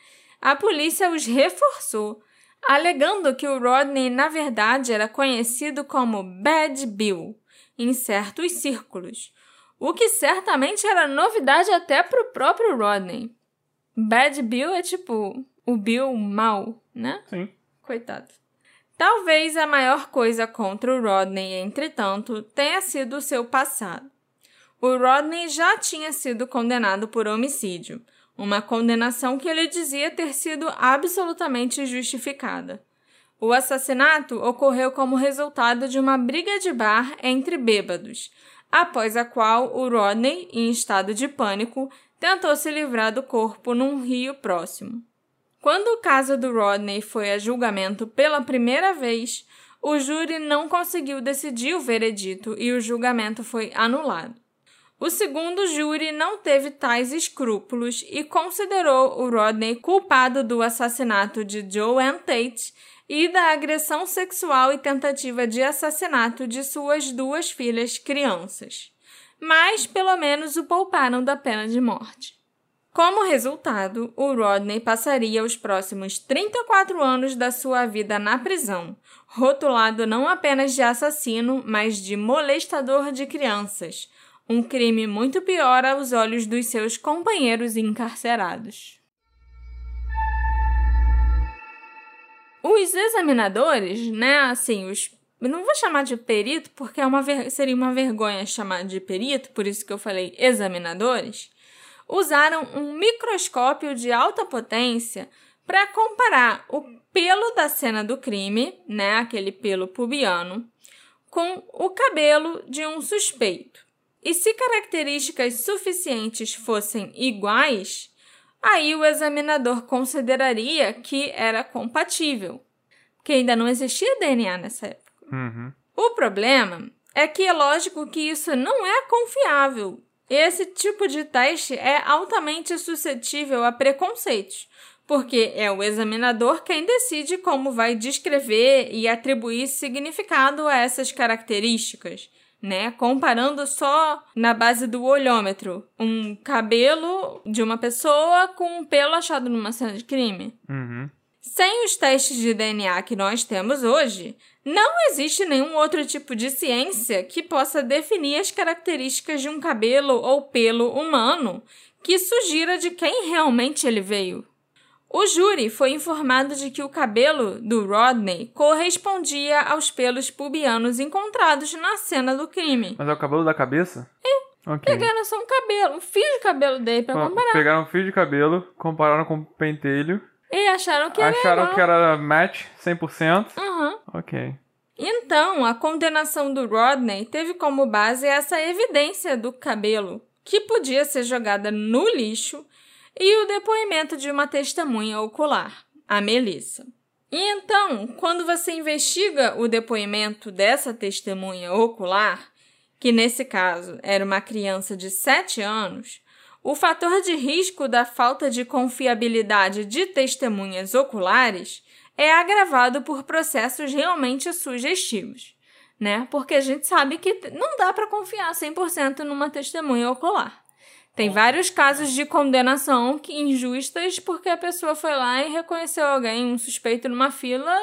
A: A polícia os reforçou, alegando que o Rodney, na verdade, era conhecido como Bad Bill em certos círculos, o que certamente era novidade até para o próprio Rodney. Bad Bill é tipo o Bill mau, né?
B: Sim.
A: Coitado. Talvez a maior coisa contra o Rodney, entretanto, tenha sido o seu passado. O Rodney já tinha sido condenado por homicídio, uma condenação que ele dizia ter sido absolutamente justificada. O assassinato ocorreu como resultado de uma briga de bar entre bêbados, após a qual o Rodney, em estado de pânico, tentou se livrar do corpo num rio próximo. Quando o caso do Rodney foi a julgamento pela primeira vez, o júri não conseguiu decidir o veredito e o julgamento foi anulado. O segundo júri não teve tais escrúpulos e considerou o Rodney culpado do assassinato de Joanne Tate e da agressão sexual e tentativa de assassinato de suas duas filhas crianças. Mas, pelo menos, o pouparam da pena de morte. Como resultado, o Rodney passaria os próximos trinta e quatro anos da sua vida na prisão, rotulado não apenas de assassino, mas de molestador de crianças, um crime muito pior aos olhos dos seus companheiros encarcerados. Os examinadores, né, assim, os... eu não vou chamar de perito porque é uma ver... seria uma vergonha chamar de perito, por isso que eu falei examinadores, usaram um microscópio de alta potência para comparar o pelo da cena do crime, né, aquele pelo pubiano, com o cabelo de um suspeito. E se características suficientes fossem iguais, aí o examinador consideraria que era compatível, porque ainda não existia D N A nessa época.
B: Uhum.
A: O problema é que é lógico que isso não é confiável. Esse tipo de teste é altamente suscetível a preconceitos, porque é o examinador quem decide como vai descrever e atribuir significado a essas características, né? Comparando só na base do olhômetro um cabelo de uma pessoa com um pelo achado numa cena de crime.
B: Uhum.
A: Sem os testes de D N A que nós temos hoje, não existe nenhum outro tipo de ciência que possa definir as características de um cabelo ou pelo humano que sugira de quem realmente ele veio. O júri foi informado de que o cabelo do Rodney correspondia aos pelos pubianos encontrados na cena do crime.
B: Mas é o cabelo da cabeça?
A: É.
B: Okay.
A: Pegaram só um cabelo, um fio de cabelo dele pra
B: Ó,
A: comparar.
B: Pegaram um fio de cabelo, compararam com o pentelho.
A: E acharam que era
B: Acharam
A: igual.
B: que era match cem por cento?
A: Uhum.
B: Ok.
A: Então, a condenação do Rodney teve como base essa evidência do cabelo, que podia ser jogada no lixo, e o depoimento de uma testemunha ocular, a Melissa. E então, quando você investiga o depoimento dessa testemunha ocular, que nesse caso era uma criança de sete anos, o fator de risco da falta de confiabilidade de testemunhas oculares é agravado por processos realmente sugestivos, né? Porque a gente sabe que não dá para confiar cem por cento numa testemunha ocular. Tem vários casos de condenação que, injustas porque a pessoa foi lá e reconheceu alguém, um suspeito numa fila,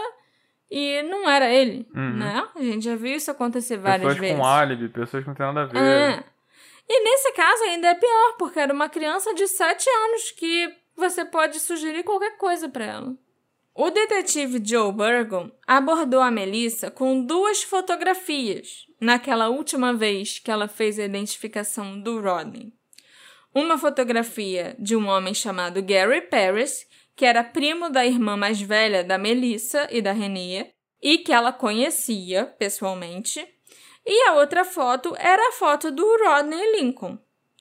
A: e não era ele,
B: Uhum.
A: né? A gente já viu isso acontecer várias
B: Pessoas
A: vezes.
B: com álibi, pessoas que não tem nada a ver.
A: É. E nesse caso ainda é pior, porque era uma criança de sete anos que você pode sugerir qualquer coisa pra ela. O detetive Joe Burgon abordou a Melissa com duas fotografias naquela última vez que ela fez a identificação do Rodney. Uma fotografia de um homem chamado Gary Paris, que era primo da irmã mais velha da Melissa e da Renée, e que ela conhecia pessoalmente. E a outra foto era a foto do Rodney Lincoln.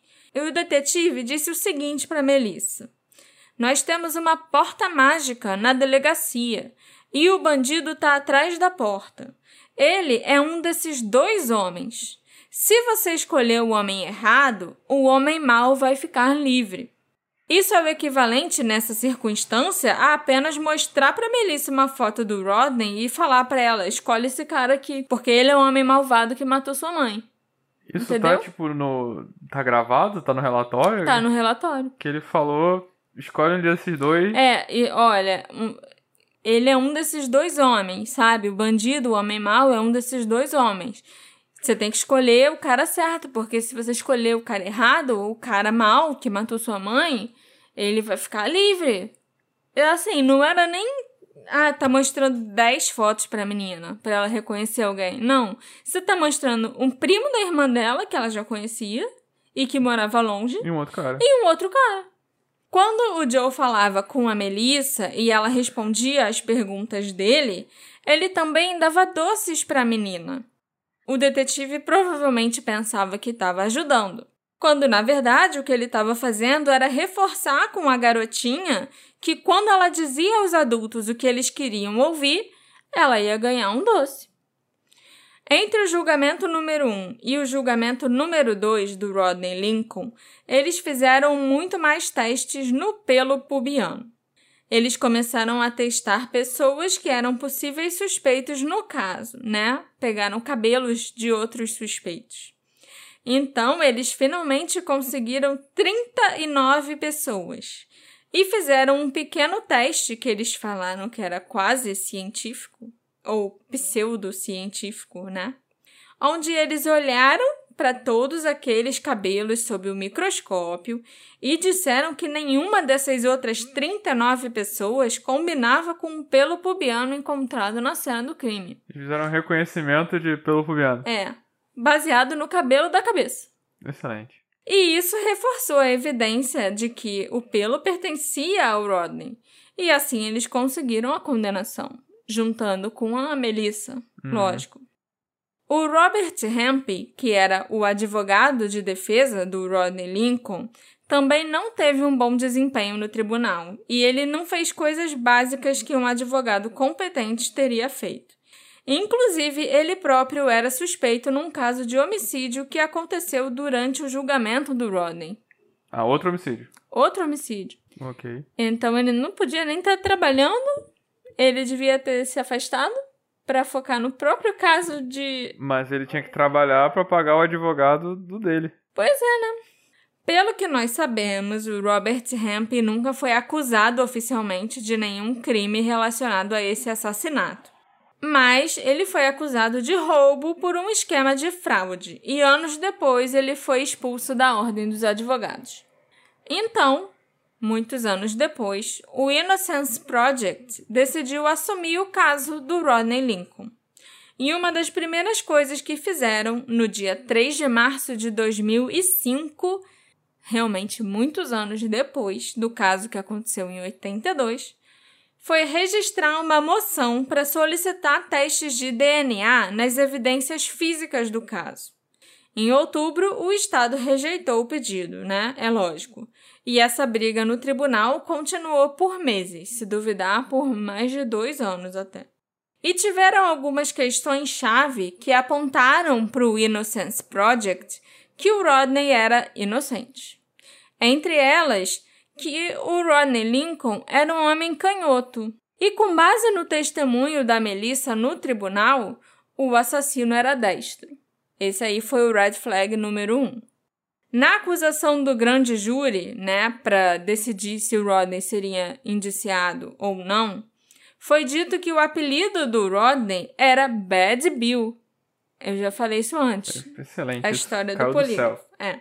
A: E o detetive disse o seguinte para Melissa: nós temos uma porta mágica na delegacia e o bandido está atrás da porta. Ele é um desses dois homens. Se você escolher o homem errado, o homem mau vai ficar livre. Isso é o equivalente, nessa circunstância, a apenas mostrar para Melissa uma foto do Rodney e falar para ela: escolhe esse cara aqui, porque ele é o homem malvado que matou sua mãe.
B: Isso
A: Entendeu?
B: tá, tipo, no... Tá gravado? Tá no relatório?
A: Tá no relatório.
B: Que ele falou, escolhe um desses dois.
A: É, e olha, um, ele é um desses dois homens, sabe? O bandido, o homem mau, é um desses dois homens. Você tem que escolher o cara certo, porque se você escolher o cara errado, o cara mau que matou sua mãe, ele vai ficar livre. E assim, não era nem... Ah, tá mostrando dez fotos pra menina, pra ela reconhecer alguém. Não, você tá mostrando um primo da irmã dela, que ela já conhecia, e que morava longe,
B: E um outro cara.
A: e um outro cara. Quando o Joe falava com a Melissa e ela respondia às perguntas dele, ele também dava doces pra menina. O detetive provavelmente pensava que estava ajudando, quando, na verdade, o que ele estava fazendo era reforçar com a garotinha que, quando ela dizia aos adultos o que eles queriam ouvir, ela ia ganhar um doce. Entre o julgamento número um e o julgamento número dois do Rodney Lincoln, eles fizeram muito mais testes no pelo pubiano. Eles começaram a testar pessoas que eram possíveis suspeitos no caso, né? Pegaram cabelos de outros suspeitos. Então, eles finalmente conseguiram trinta e nove pessoas e fizeram um pequeno teste que eles falaram que era quase científico, ou pseudocientífico, né? Onde eles olharam para todos aqueles cabelos sob o microscópio e disseram que nenhuma dessas outras trinta e nove pessoas combinava com o pelo pubiano encontrado na cena do crime.
B: Eles fizeram um reconhecimento de pelo pubiano.
A: É, baseado no cabelo da cabeça.
B: Excelente.
A: E isso reforçou a evidência de que o pelo pertencia ao Rodney. E assim eles conseguiram a condenação, juntando com a Melissa,
B: Uhum.
A: lógico. O Robert Hempe, que era o advogado de defesa do Rodney Lincoln, também não teve um bom desempenho no tribunal, e ele não fez coisas básicas que um advogado competente teria feito. Inclusive, ele próprio era suspeito num caso de homicídio que aconteceu durante o julgamento do Rodney.
B: Ah, outro homicídio.
A: Outro homicídio.
B: Ok.
A: Então, ele não podia nem estar trabalhando, ele devia ter se afastado para focar no próprio caso de...
B: Mas ele tinha que trabalhar pra pagar o advogado do dele.
A: Pois é, né? Pelo que nós sabemos, o Robert Hempe nunca foi acusado oficialmente de nenhum crime relacionado a esse assassinato. Mas ele foi acusado de roubo por um esquema de fraude e anos depois ele foi expulso da Ordem dos Advogados. Então, muitos anos depois, o Innocence Project decidiu assumir o caso do Rodney Lincoln. E uma das primeiras coisas que fizeram, no dia três de março de dois mil e cinco, realmente muitos anos depois do caso que aconteceu em oitenta e dois, foi registrar uma moção para solicitar testes de D N A nas evidências físicas do caso. Em outubro, o Estado rejeitou o pedido, né? É lógico. E essa briga no tribunal continuou por meses, se duvidar, por mais de dois anos até. E tiveram algumas questões-chave que apontaram para o Innocence Project que o Rodney era inocente. Entre elas, que o Rodney Lincoln era um homem canhoto. E com base no testemunho da Melissa no tribunal, o assassino era destro. Esse aí foi o red flag número um. Na acusação do grande júri, né, para decidir se o Rodney seria indiciado ou não, foi dito que o apelido do Rodney era Bad Bill. Eu já falei isso antes.
B: Excelente.
A: A história
B: Caiu
A: do
B: do
A: polígrafo.
B: céu.
A: É.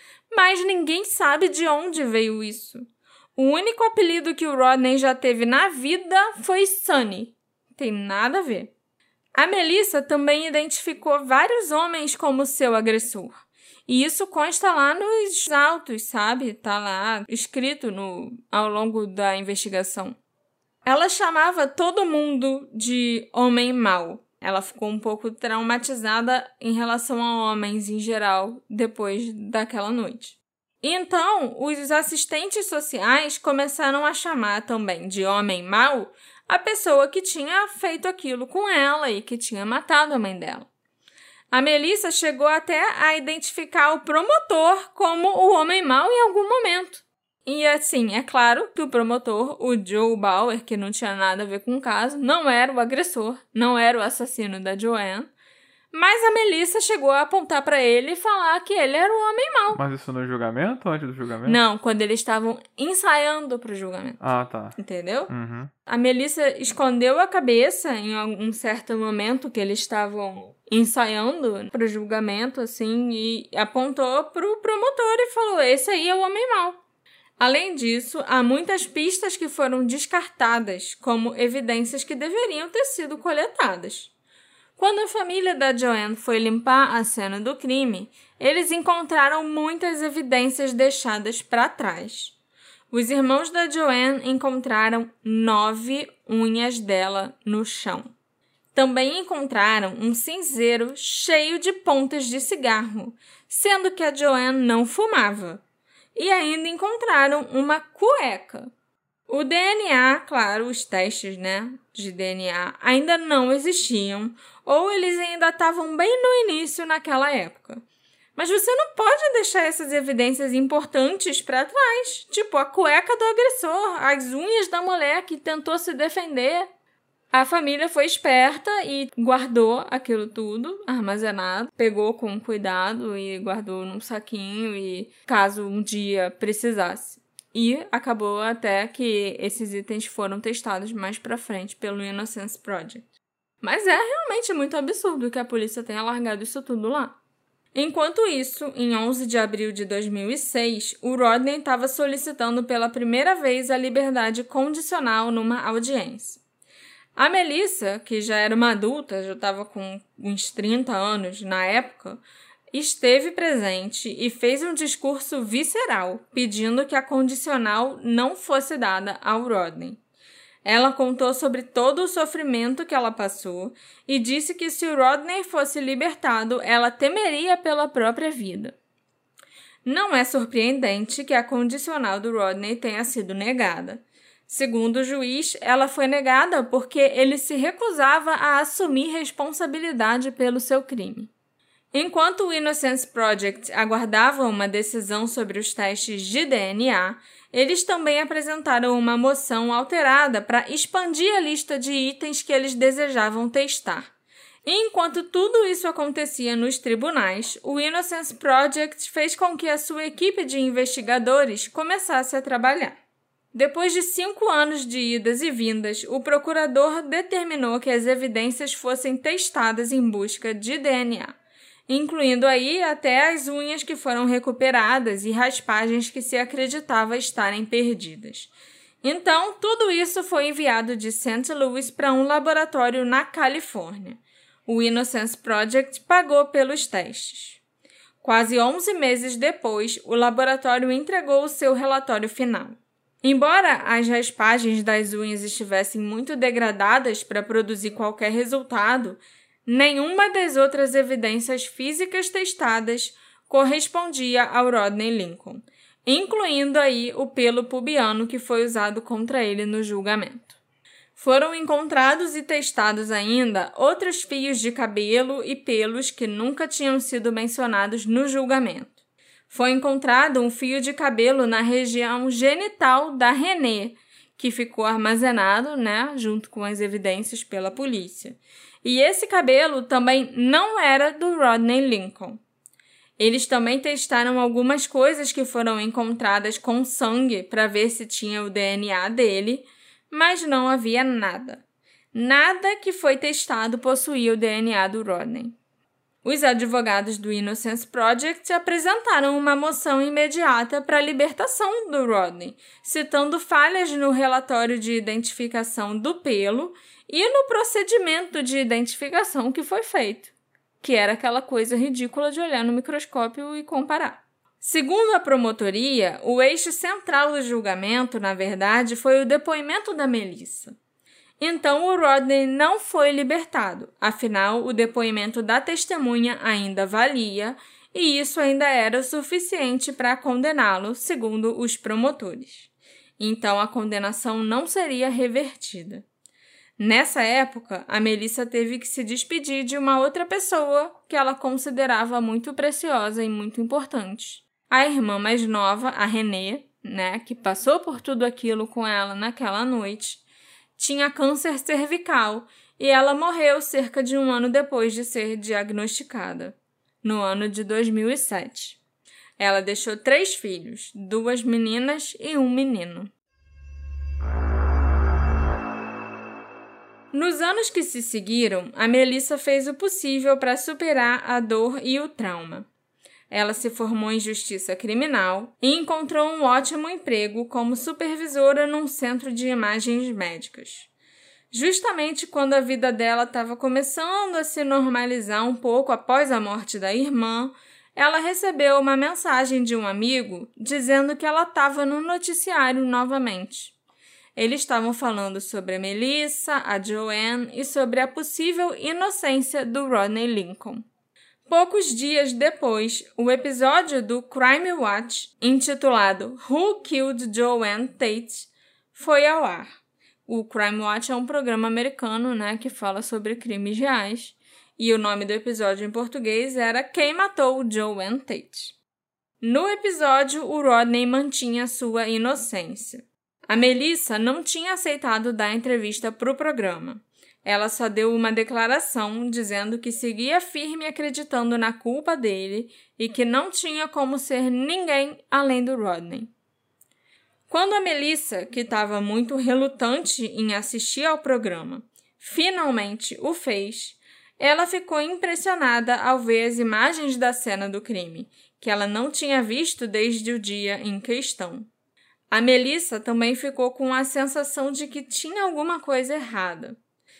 A: Mas ninguém sabe de onde veio isso. O único apelido que o Rodney já teve na vida foi Sonny. Tem nada a ver. A Melissa também identificou vários homens como seu agressor. E isso consta lá nos autos, sabe? Tá lá escrito no, ao longo da investigação. Ela chamava todo mundo de homem mau. Ela ficou um pouco traumatizada em relação a homens em geral depois daquela noite. Então, os assistentes sociais começaram a chamar também de homem mau a pessoa que tinha feito aquilo com ela e que tinha matado a mãe dela. A Melissa chegou até a identificar o promotor como o homem mau em algum momento. E assim, é claro que o promotor, o Joe Bauer, que não tinha nada a ver com o caso, não era o agressor, não era o assassino da Joanne, mas a Melissa chegou a apontar para ele e falar que ele era o homem mau.
B: Mas isso no julgamento ou antes do julgamento?
A: Não, quando eles estavam ensaiando pro julgamento.
B: Ah, tá.
A: Entendeu?
B: Uhum.
A: A Melissa escondeu a cabeça em um certo momento que eles estavam ensaiando pro julgamento, assim, e apontou pro promotor e falou, esse aí é o homem mau. Além disso, há muitas pistas que foram descartadas como evidências que deveriam ter sido coletadas. Quando a família da Joanne foi limpar a cena do crime, eles encontraram muitas evidências deixadas para trás. Os irmãos da Joanne encontraram nove unhas dela no chão. Também encontraram um cinzeiro cheio de pontas de cigarro, sendo que a Joanne não fumava. E ainda encontraram uma cueca. O D N A, claro, os testes, né, de D N A ainda não existiam, ou eles ainda estavam bem no início naquela época. Mas você não pode deixar essas evidências importantes para trás, tipo a cueca do agressor, as unhas da mulher que tentou se defender. A família foi esperta e guardou aquilo tudo armazenado, pegou com cuidado e guardou num saquinho e caso um dia precisasse. E acabou até que esses itens foram testados mais pra frente pelo Innocence Project. Mas é realmente muito absurdo que a polícia tenha largado isso tudo lá. Enquanto isso, em onze de abril de dois mil e seis, o Rodney estava solicitando pela primeira vez a liberdade condicional numa audiência. A Melissa, que já era uma adulta, já estava com uns trinta anos na época, esteve presente e fez um discurso visceral, pedindo que a condicional não fosse dada ao Rodney. Ela contou sobre todo o sofrimento que ela passou e disse que se o Rodney fosse libertado, ela temeria pela própria vida. Não é surpreendente que a condicional do Rodney tenha sido negada. Segundo o juiz, ela foi negada porque ele se recusava a assumir responsabilidade pelo seu crime. Enquanto o Innocence Project aguardava uma decisão sobre os testes de D N A, eles também apresentaram uma moção alterada para expandir a lista de itens que eles desejavam testar. E enquanto tudo isso acontecia nos tribunais, o Innocence Project fez com que a sua equipe de investigadores começasse a trabalhar. Depois de cinco anos de idas e vindas, o procurador determinou que as evidências fossem testadas em busca de D N A, incluindo aí até as unhas que foram recuperadas e raspagens que se acreditava estarem perdidas. Então, tudo isso foi enviado de Saint Louis para um laboratório na Califórnia. O Innocence Project pagou pelos testes. Quase onze meses depois, o laboratório entregou o seu relatório final. Embora as raspagens das unhas estivessem muito degradadas para produzir qualquer resultado, nenhuma das outras evidências físicas testadas correspondia ao Rodney Lincoln, incluindo aí o pelo pubiano que foi usado contra ele no julgamento. Foram encontrados e testados ainda outros fios de cabelo e pelos que nunca tinham sido mencionados no julgamento. Foi encontrado um fio de cabelo na região genital da Renée, que ficou armazenado, né, junto com as evidências pela polícia. E esse cabelo também não era do Rodney Lincoln. Eles também testaram algumas coisas que foram encontradas com sangue para ver se tinha o D N A dele, mas não havia nada. Nada que foi testado possuía o D N A do Rodney. Os advogados do Innocence Project apresentaram uma moção imediata para a libertação do Rodney, citando falhas no relatório de identificação do pelo e no procedimento de identificação que foi feito, que era aquela coisa ridícula de olhar no microscópio e comparar. Segundo a promotoria, o eixo central do julgamento, na verdade, foi o depoimento da Melissa. Então, o Rodney não foi libertado, afinal, o depoimento da testemunha ainda valia e isso ainda era o suficiente para condená-lo, segundo os promotores. Então, a condenação não seria revertida. Nessa época, a Melissa teve que se despedir de uma outra pessoa que ela considerava muito preciosa e muito importante. A irmã mais nova, a Renée, né, que passou por tudo aquilo com ela naquela noite, tinha câncer cervical e ela morreu cerca de um ano depois de ser diagnosticada, no ano de dois mil e sete. Ela deixou três filhos, duas meninas e um menino. Nos anos que se seguiram, a Melissa fez o possível para superar a dor e o trauma. Ela se formou em justiça criminal e encontrou um ótimo emprego como supervisora num centro de imagens médicas. Justamente quando a vida dela estava começando a se normalizar um pouco após a morte da irmã, ela recebeu uma mensagem de um amigo dizendo que ela estava no noticiário novamente. Eles estavam falando sobre a Melissa, a Joanne e sobre a possível inocência do Rodney Lincoln. Poucos dias depois, o episódio do Crime Watch, intitulado Who Killed Joanne Tate, foi ao ar. O Crime Watch é um programa americano, né, que fala sobre crimes reais, e o nome do episódio em português era Quem Matou Joanne Tate. No episódio, o Rodney mantinha sua inocência. A Melissa não tinha aceitado dar entrevista para o programa. Ela só deu uma declaração dizendo que seguia firme acreditando na culpa dele e que não tinha como ser ninguém além do Rodney. Quando a Melissa, que estava muito relutante em assistir ao programa, finalmente o fez, ela ficou impressionada ao ver as imagens da cena do crime, que ela não tinha visto desde o dia em questão. A Melissa também ficou com a sensação de que tinha alguma coisa errada.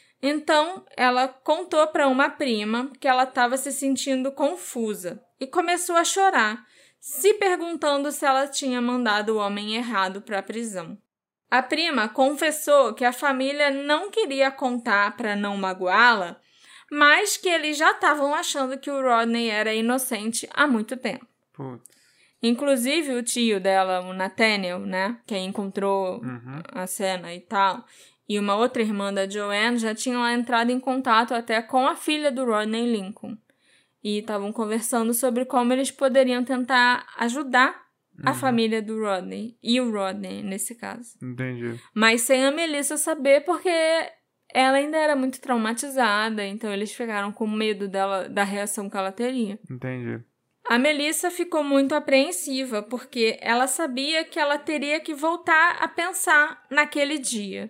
A: Então, ela contou para uma prima que ela estava se sentindo confusa e começou a chorar, se perguntando se ela tinha mandado o homem errado para a prisão. A prima confessou que a família não queria contar para não magoá-la, mas que eles já estavam achando que o Rodney era inocente há muito tempo.
B: Putz.
A: Inclusive o tio dela, o Nathaniel, né, que encontrou
B: Uhum.
A: a cena e tal, e uma outra irmã da Joanne já tinham entrado em contato até com a filha do Rodney Lincoln. E estavam conversando sobre como eles poderiam tentar ajudar uhum. a família do Rodney. E o Rodney, nesse caso.
B: Entendi.
A: Mas sem a Melissa saber, porque ela ainda era muito traumatizada. Então eles ficaram com medo dela, da reação que ela teria.
B: Entendi.
A: A Melissa ficou muito apreensiva, porque ela sabia que ela teria que voltar a pensar naquele dia.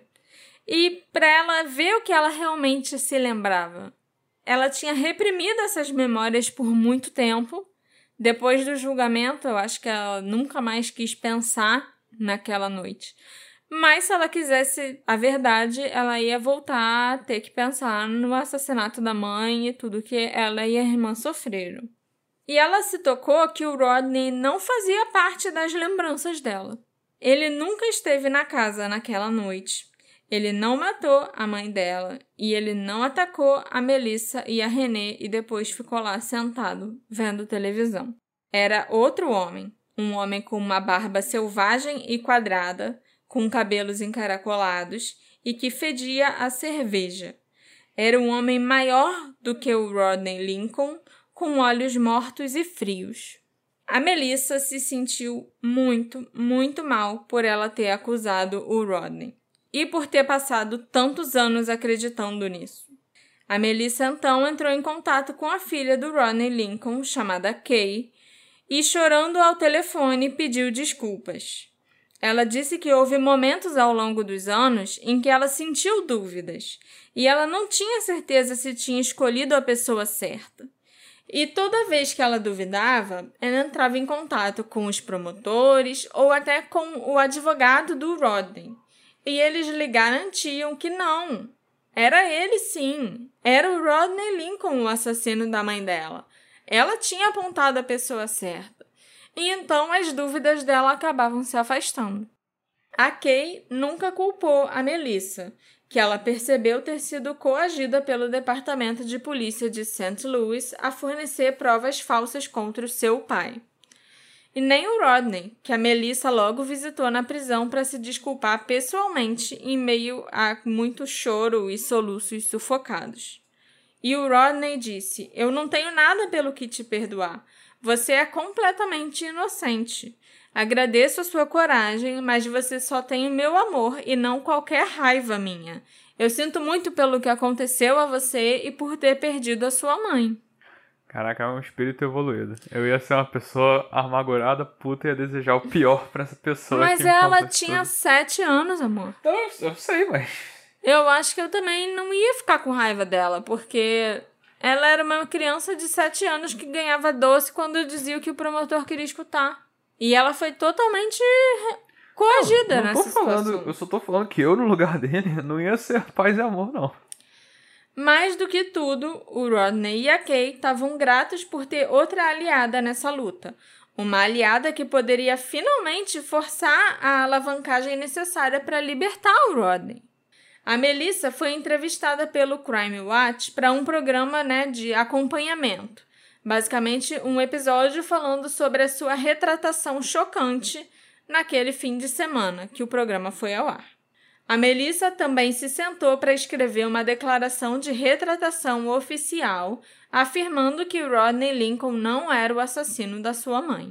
A: E para ela ver o que ela realmente se lembrava. Ela tinha reprimido essas memórias por muito tempo. Depois do julgamento, eu acho que ela nunca mais quis pensar naquela noite. Mas se ela quisesse a verdade, ela ia voltar a ter que pensar no assassinato da mãe e tudo que ela e a irmã sofreram. E ela se tocou que o Rodney não fazia parte das lembranças dela. Ele nunca esteve na casa naquela noite. Ele não matou a mãe dela e ele não atacou a Melissa e a Renée e depois ficou lá sentado, vendo televisão. Era outro homem, um homem com uma barba selvagem e quadrada, com cabelos encaracolados e que fedia a cerveja. Era um homem maior do que o Rodney Lincoln, com olhos mortos e frios. A Melissa se sentiu muito, muito mal por ela ter acusado o Rodney. E por ter passado tantos anos acreditando nisso. A Melissa, então, entrou em contato com a filha do Rodney Lincoln, chamada Kay, e, chorando ao telefone, pediu desculpas. Ela disse que houve momentos ao longo dos anos em que ela sentiu dúvidas e ela não tinha certeza se tinha escolhido a pessoa certa. E toda vez que ela duvidava, ela entrava em contato com os promotores ou até com o advogado do Rodney. E eles lhe garantiam que não. Era ele sim. Era o Rodney Lincoln o assassino da mãe dela. Ela tinha apontado a pessoa certa. E então as dúvidas dela acabavam se afastando. A Kay nunca culpou a Melissa, que ela percebeu ter sido coagida pelo Departamento de Polícia de Saint Louis a fornecer provas falsas contra o seu pai. E nem o Rodney, que a Melissa logo visitou na prisão para se desculpar pessoalmente em meio a muito choro e soluços sufocados. E o Rodney disse: "Eu não tenho nada pelo que te perdoar. Você é completamente inocente. Agradeço a sua coragem, mas você só tem o meu amor e não qualquer raiva minha. Eu sinto muito pelo que aconteceu a você e por ter perdido a sua mãe."
B: Caraca, é um espírito evoluído. Eu ia ser uma pessoa amargurada, puta, e ia desejar o pior pra essa pessoa.
A: Mas
B: que me
A: ela
B: conta
A: tinha
B: tudo.
A: sete anos, amor.
B: Eu, eu sei, mas...
A: Eu acho que eu também não ia ficar com raiva dela, porque ela era uma criança de sete anos que ganhava doce quando dizia o que o promotor queria escutar. E ela foi totalmente coagida
B: não, não tô
A: nessa
B: falando,
A: situação.
B: Eu só tô falando que eu, no lugar dele, não ia ser paz e amor, não.
A: Mais do que tudo, o Rodney e a Kay estavam gratos por ter outra aliada nessa luta. Uma aliada que poderia finalmente forçar a alavancagem necessária para libertar o Rodney. A Melissa foi entrevistada pelo Crime Watch para um programa, né, de acompanhamento. Basicamente, um episódio falando sobre a sua retratação chocante naquele fim de semana que o programa foi ao ar. A Melissa também se sentou para escrever uma declaração de retratação oficial, afirmando que Rodney Lincoln não era o assassino da sua mãe.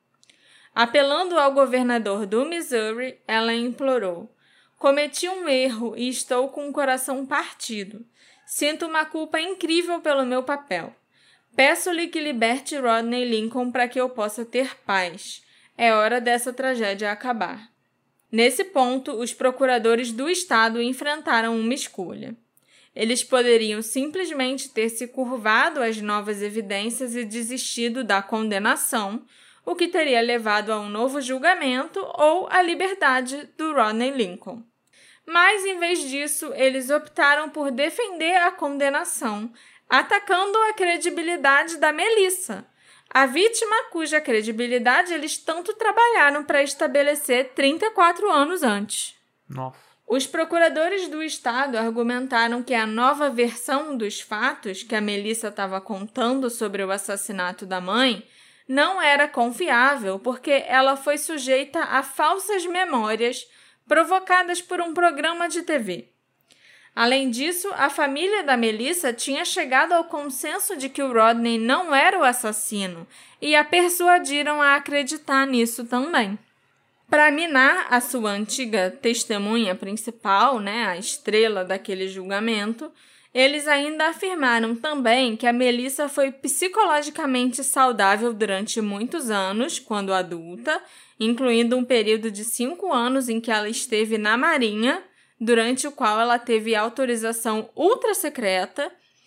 A: Apelando ao governador do Missouri, ela implorou: "Cometi um erro e estou com o coração partido. Sinto uma culpa incrível pelo meu papel. Peço-lhe que liberte Rodney Lincoln para que eu possa ter paz. É hora dessa tragédia acabar." Nesse ponto, os procuradores do estado enfrentaram uma escolha. Eles poderiam simplesmente ter se curvado às novas evidências e desistido da condenação, o que teria levado a um novo julgamento ou à liberdade do Rodney Lincoln. Mas, em vez disso, eles optaram por defender a condenação, atacando a credibilidade da Melissa, a vítima cuja credibilidade eles tanto trabalharam para estabelecer trinta e quatro anos antes.
B: Nossa.
A: Os procuradores do estado argumentaram que a nova versão dos fatos que a Melissa estava contando sobre o assassinato da mãe não era confiável porque ela foi sujeita a falsas memórias provocadas por um programa de T V. Além disso, a família da Melissa tinha chegado ao consenso de que o Rodney não era o assassino e a persuadiram a acreditar nisso também. Para minar a sua antiga testemunha principal, né, a estrela daquele julgamento, eles ainda afirmaram também que a Melissa foi psicologicamente saudável durante muitos anos, quando adulta, incluindo um período de cinco anos em que ela esteve na Marinha, durante o qual ela teve autorização ultra secreta,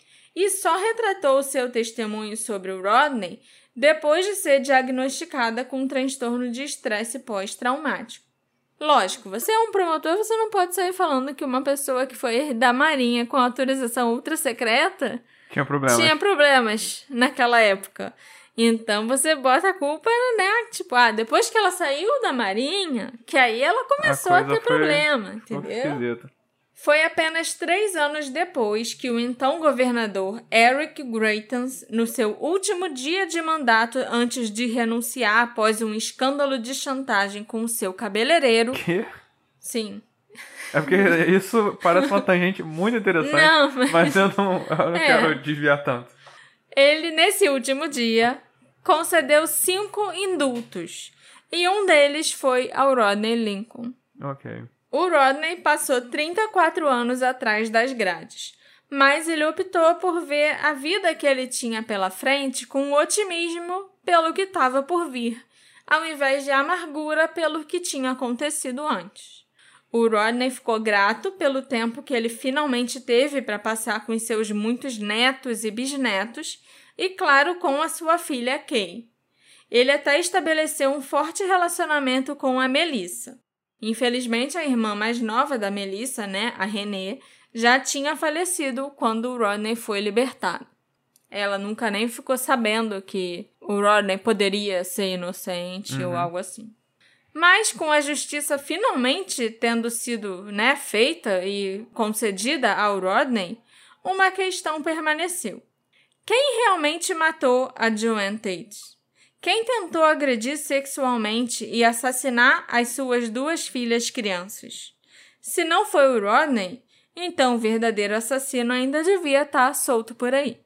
A: e só retratou o seu testemunho sobre o Rodney depois de ser diagnosticada com um transtorno de estresse pós-traumático. Lógico, você é um promotor, você não pode sair falando que uma pessoa que foi da Marinha com autorização ultra secreta
B: Tinha problemas.
A: tinha problemas naquela época. Então você bota a culpa, né? Tipo, ah, depois que ela saiu da Marinha, que aí ela começou a, a ter
B: foi...
A: problema, entendeu? Foi apenas três anos depois que o então governador Eric Greitens, no seu último dia de mandato antes de renunciar após um escândalo de chantagem com o seu cabeleireiro...
B: Quê?
A: Sim.
B: É porque isso parece uma tangente muito interessante,
A: não, mas...
B: mas eu não, eu não
A: é.
B: quero desviar tanto.
A: Ele, nesse último dia, concedeu cinco indultos, e um deles foi ao Rodney Lincoln.
B: Ok.
A: O Rodney passou trinta e quatro anos atrás das grades, mas ele optou por ver a vida que ele tinha pela frente com otimismo pelo que estava por vir, ao invés de amargura pelo que tinha acontecido antes. O Rodney ficou grato pelo tempo que ele finalmente teve para passar com seus muitos netos e bisnetos e, claro, com a sua filha Kay. Ele até estabeleceu um forte relacionamento com a Melissa. Infelizmente, a irmã mais nova da Melissa, né, a Renee, já tinha falecido quando o Rodney foi libertado. Ela nunca nem ficou sabendo que o Rodney poderia ser inocente uhum. ou algo assim. Mas com a justiça finalmente tendo sido, né, feita e concedida ao Rodney, uma questão permaneceu. Quem realmente matou a Joanne Tate? Quem tentou agredir sexualmente e assassinar as suas duas filhas crianças? Se não foi o Rodney, então o verdadeiro assassino ainda devia estar solto por aí.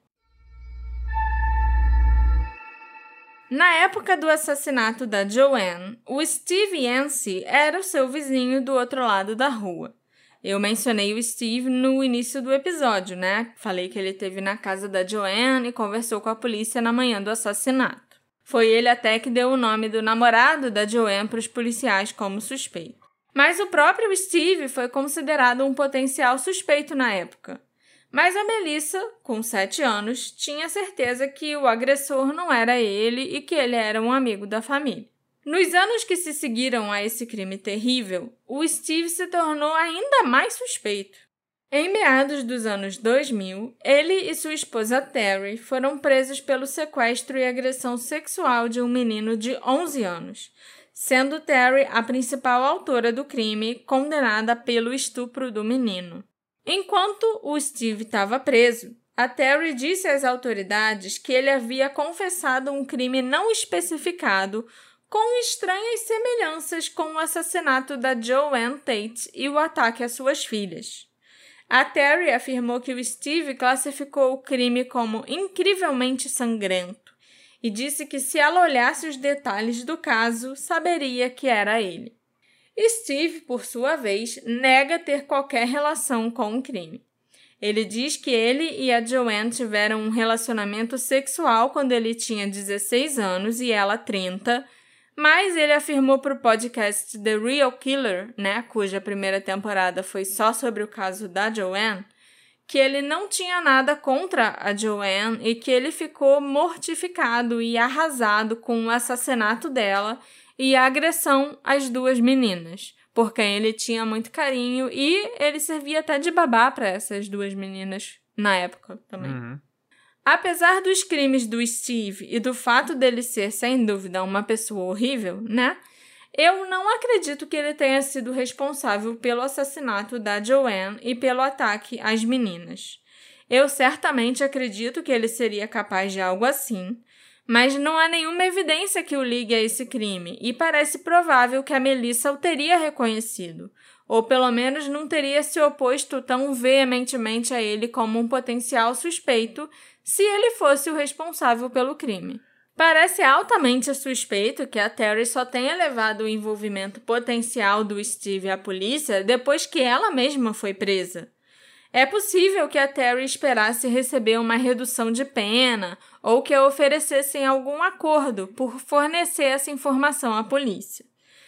A: Na época do assassinato da Joanne, o Steve Yancey era o seu vizinho do outro lado da rua. Eu mencionei o Steve no início do episódio, né? Falei que ele esteve na casa da Joanne e conversou com a polícia na manhã do assassinato. Foi ele até que deu o nome do namorado da Joanne para os policiais como suspeito. Mas o próprio Steve foi considerado um potencial suspeito na época. Mas a Melissa, com sete anos, tinha certeza que o agressor não era ele e que ele era um amigo da família. Nos anos que se seguiram a esse crime terrível, o Steve se tornou ainda mais suspeito. Em meados dos anos dois mil, ele e sua esposa Terry foram presos pelo sequestro e agressão sexual de um menino de onze anos, sendo Terry a principal autora do crime, condenada pelo estupro do menino. Enquanto o Steve estava preso, a Terry disse às autoridades que ele havia confessado um crime não especificado com estranhas semelhanças com o assassinato da Joanne Tate e o ataque às suas filhas. A Terry afirmou que o Steve classificou o crime como incrivelmente sangrento e disse que se ela olhasse os detalhes do caso, saberia que era ele. Steve, por sua vez, nega ter qualquer relação com o crime. Ele diz que ele e a Joanne tiveram um relacionamento sexual quando ele tinha dezesseis anos e ela trinta, mas ele afirmou para o podcast The Real Killer, né, cuja primeira temporada foi só sobre o caso da Joanne, que ele não tinha nada contra a Joanne e que ele ficou mortificado e arrasado com o assassinato dela e a agressão às duas meninas, por quem ele tinha muito carinho e ele servia até de babá para essas duas meninas na época também. Uhum. Apesar dos crimes do Steve e do fato dele ser, sem dúvida, uma pessoa horrível, né? Eu não acredito que ele tenha sido responsável pelo assassinato da Joanne e pelo ataque às meninas. Eu certamente acredito que ele seria capaz de algo assim, mas não há nenhuma evidência que o ligue a esse crime, e parece provável que a Melissa o teria reconhecido, ou pelo menos não teria se oposto tão veementemente a ele como um potencial suspeito se ele fosse o responsável pelo crime. Parece altamente suspeito que a Terry só tenha levado o envolvimento potencial do Steve à polícia depois que ela mesma foi presa. É possível que a Terry esperasse receber uma redução de pena ou que a oferecessem algum acordo por fornecer essa informação à polícia.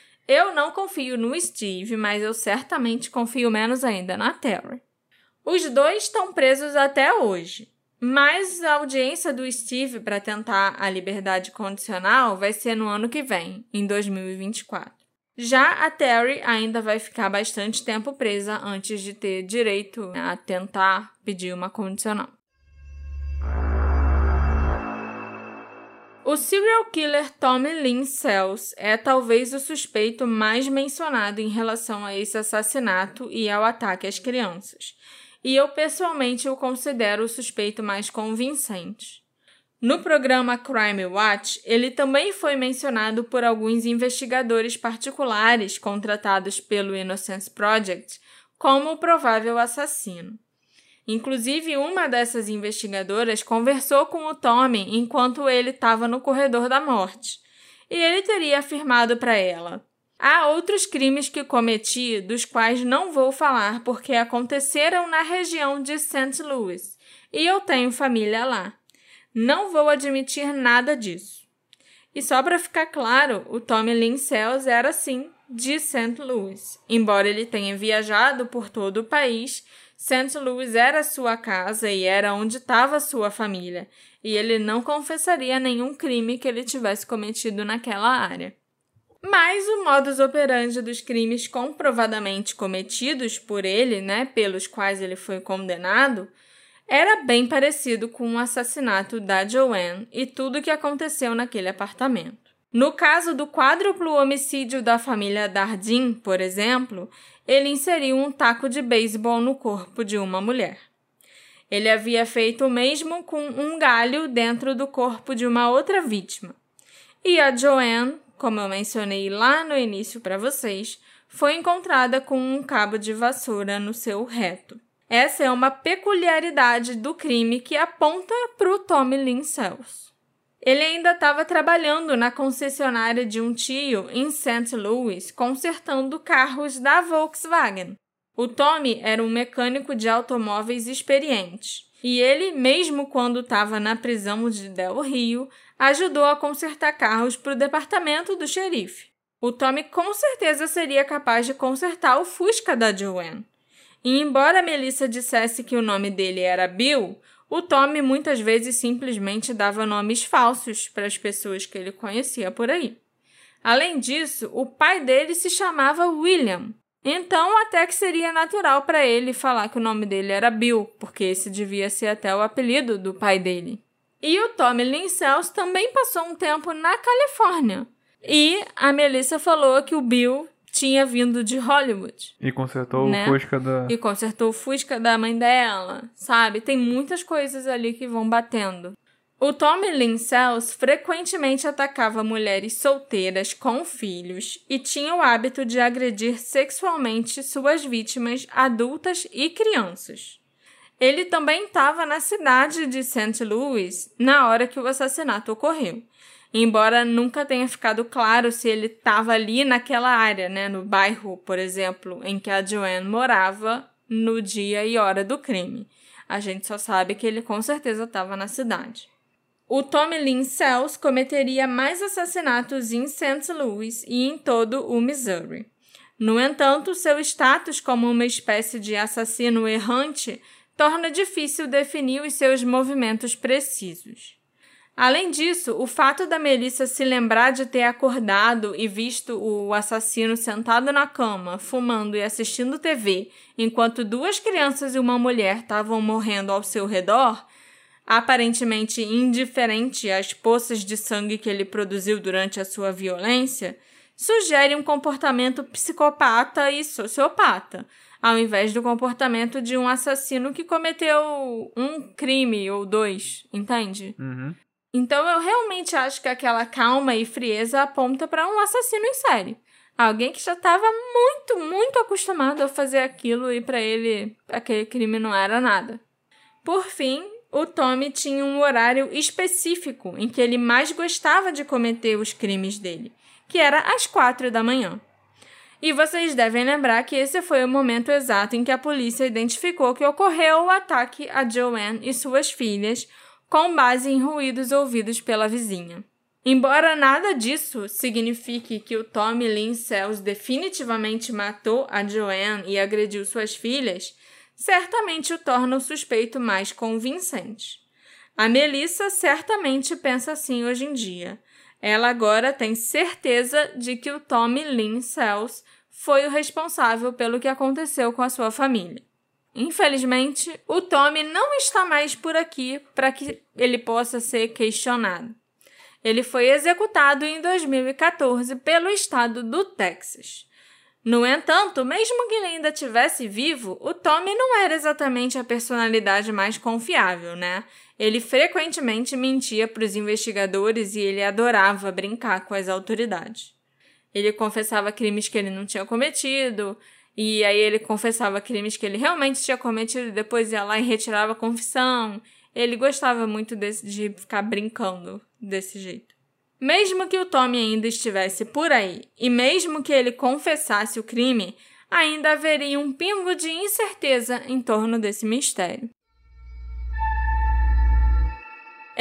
A: Eu não confio no Steve, mas eu certamente confio menos ainda na Terry. Os dois estão presos até hoje, mas a audiência do Steve para tentar a liberdade condicional vai ser no ano que vem, em dois mil e vinte e quatro. Já a Terry ainda vai ficar bastante tempo presa antes de ter direito a tentar pedir uma condicional. O serial killer Tommy Lynn Sells é talvez o suspeito mais mencionado em relação a esse assassinato e ao ataque às crianças, e eu pessoalmente o considero o suspeito mais convincente. No programa Crime Watch, ele também foi mencionado por alguns investigadores particulares contratados pelo Innocence Project como o provável assassino. Inclusive, uma dessas investigadoras conversou com o Tommy enquanto ele estava no corredor da morte, e ele teria afirmado para ela: "Há outros crimes que cometi, dos quais não vou falar porque aconteceram na região de Saint Louis, e eu tenho família lá. Não vou admitir nada disso." E só para ficar claro, o Tommy Lynn Sells era, sim, de Saint Louis. Embora ele tenha viajado por todo o país, Saint Louis era sua casa e era onde estava sua família, e ele não confessaria nenhum crime que ele tivesse cometido naquela área. Mas o modus operandi dos crimes comprovadamente cometidos por ele, né, pelos quais ele foi condenado, era bem parecido com o assassinato da Joanne e tudo o que aconteceu naquele apartamento. No caso do quádruplo homicídio da família Dardin, por exemplo, ele inseriu um taco de beisebol no corpo de uma mulher. Ele havia feito o mesmo com um galho dentro do corpo de uma outra vítima. E a Joanne, como eu mencionei lá no início para vocês, foi encontrada com um cabo de vassoura no seu reto. Essa é uma peculiaridade do crime que aponta para o Tommy Lynn Sells. Ele ainda estava trabalhando na concessionária de um tio em Saint Louis, consertando carros da Volkswagen. O Tommy era um mecânico de automóveis experiente, e ele, mesmo quando estava na prisão de Del Rio, ajudou a consertar carros para o departamento do xerife. O Tommy com certeza seria capaz de consertar o Fusca da Joanne. E embora a Melissa dissesse que o nome dele era Bill, o Tommy muitas vezes simplesmente dava nomes falsos para as pessoas que ele conhecia por aí. Além disso, o pai dele se chamava William, então até que seria natural para ele falar que o nome dele era Bill, porque esse devia ser até o apelido do pai dele. E o Tommy Lynn Sells também passou um tempo na Califórnia. E a Melissa falou que o Bill tinha vindo de Hollywood.
B: E consertou
A: né?
B: o Fusca da...
A: E consertou o Fusca da mãe dela, sabe? Tem muitas coisas ali que vão batendo. O Tommy Lynn Sells frequentemente atacava mulheres solteiras com filhos e tinha o hábito de agredir sexualmente suas vítimas adultas e crianças. Ele também estava na cidade de Saint Louis na hora que o assassinato ocorreu. Embora nunca tenha ficado claro se ele estava ali naquela área, né, no bairro, por exemplo, em que a Joanne morava no dia e hora do crime. A gente só sabe que ele com certeza estava na cidade. O Tommy Lynn Sells cometeria mais assassinatos em Saint Louis e em todo o Missouri. No entanto, seu status como uma espécie de assassino errante torna difícil definir os seus movimentos precisos. Além disso, o fato da Melissa se lembrar de ter acordado e visto o assassino sentado na cama, fumando e assistindo T V, enquanto duas crianças e uma mulher estavam morrendo ao seu redor, aparentemente indiferente às poças de sangue que ele produziu durante a sua violência, sugere um comportamento psicopata e sociopata, ao invés do comportamento de um assassino que cometeu um crime ou dois, entende?
B: Uhum.
A: Então, eu realmente acho que aquela calma e frieza aponta para um assassino em série. Alguém que já estava muito, muito acostumado a fazer aquilo e para ele aquele crime não era nada. Por fim, o Tommy tinha um horário específico em que ele mais gostava de cometer os crimes dele, que era às quatro da manhã. E vocês devem lembrar que esse foi o momento exato em que a polícia identificou que ocorreu o ataque a Joanne e suas filhas, com base em ruídos ouvidos pela vizinha. Embora nada disso signifique que o Tommy Lynn Sells definitivamente matou a Joanne e agrediu suas filhas, certamente o torna o suspeito mais convincente. A Melissa certamente pensa assim hoje em dia. Ela agora tem certeza de que o Tommy Lynn Sells foi o responsável pelo que aconteceu com a sua família. Infelizmente, o Tommy não está mais por aqui para que ele possa ser questionado. Ele foi executado em dois mil e quatorze pelo estado do Texas. No entanto, mesmo que ele ainda estivesse vivo, o Tommy não era exatamente a personalidade mais confiável, né? Ele frequentemente mentia para os investigadores e ele adorava brincar com as autoridades. Ele confessava crimes que ele não tinha cometido, e aí ele confessava crimes que ele realmente tinha cometido e depois ia lá e retirava a confissão. Ele gostava muito desse, de ficar brincando desse jeito. Mesmo que o Tommy ainda estivesse por aí, e mesmo que ele confessasse o crime, ainda haveria um pingo de incerteza em torno desse mistério.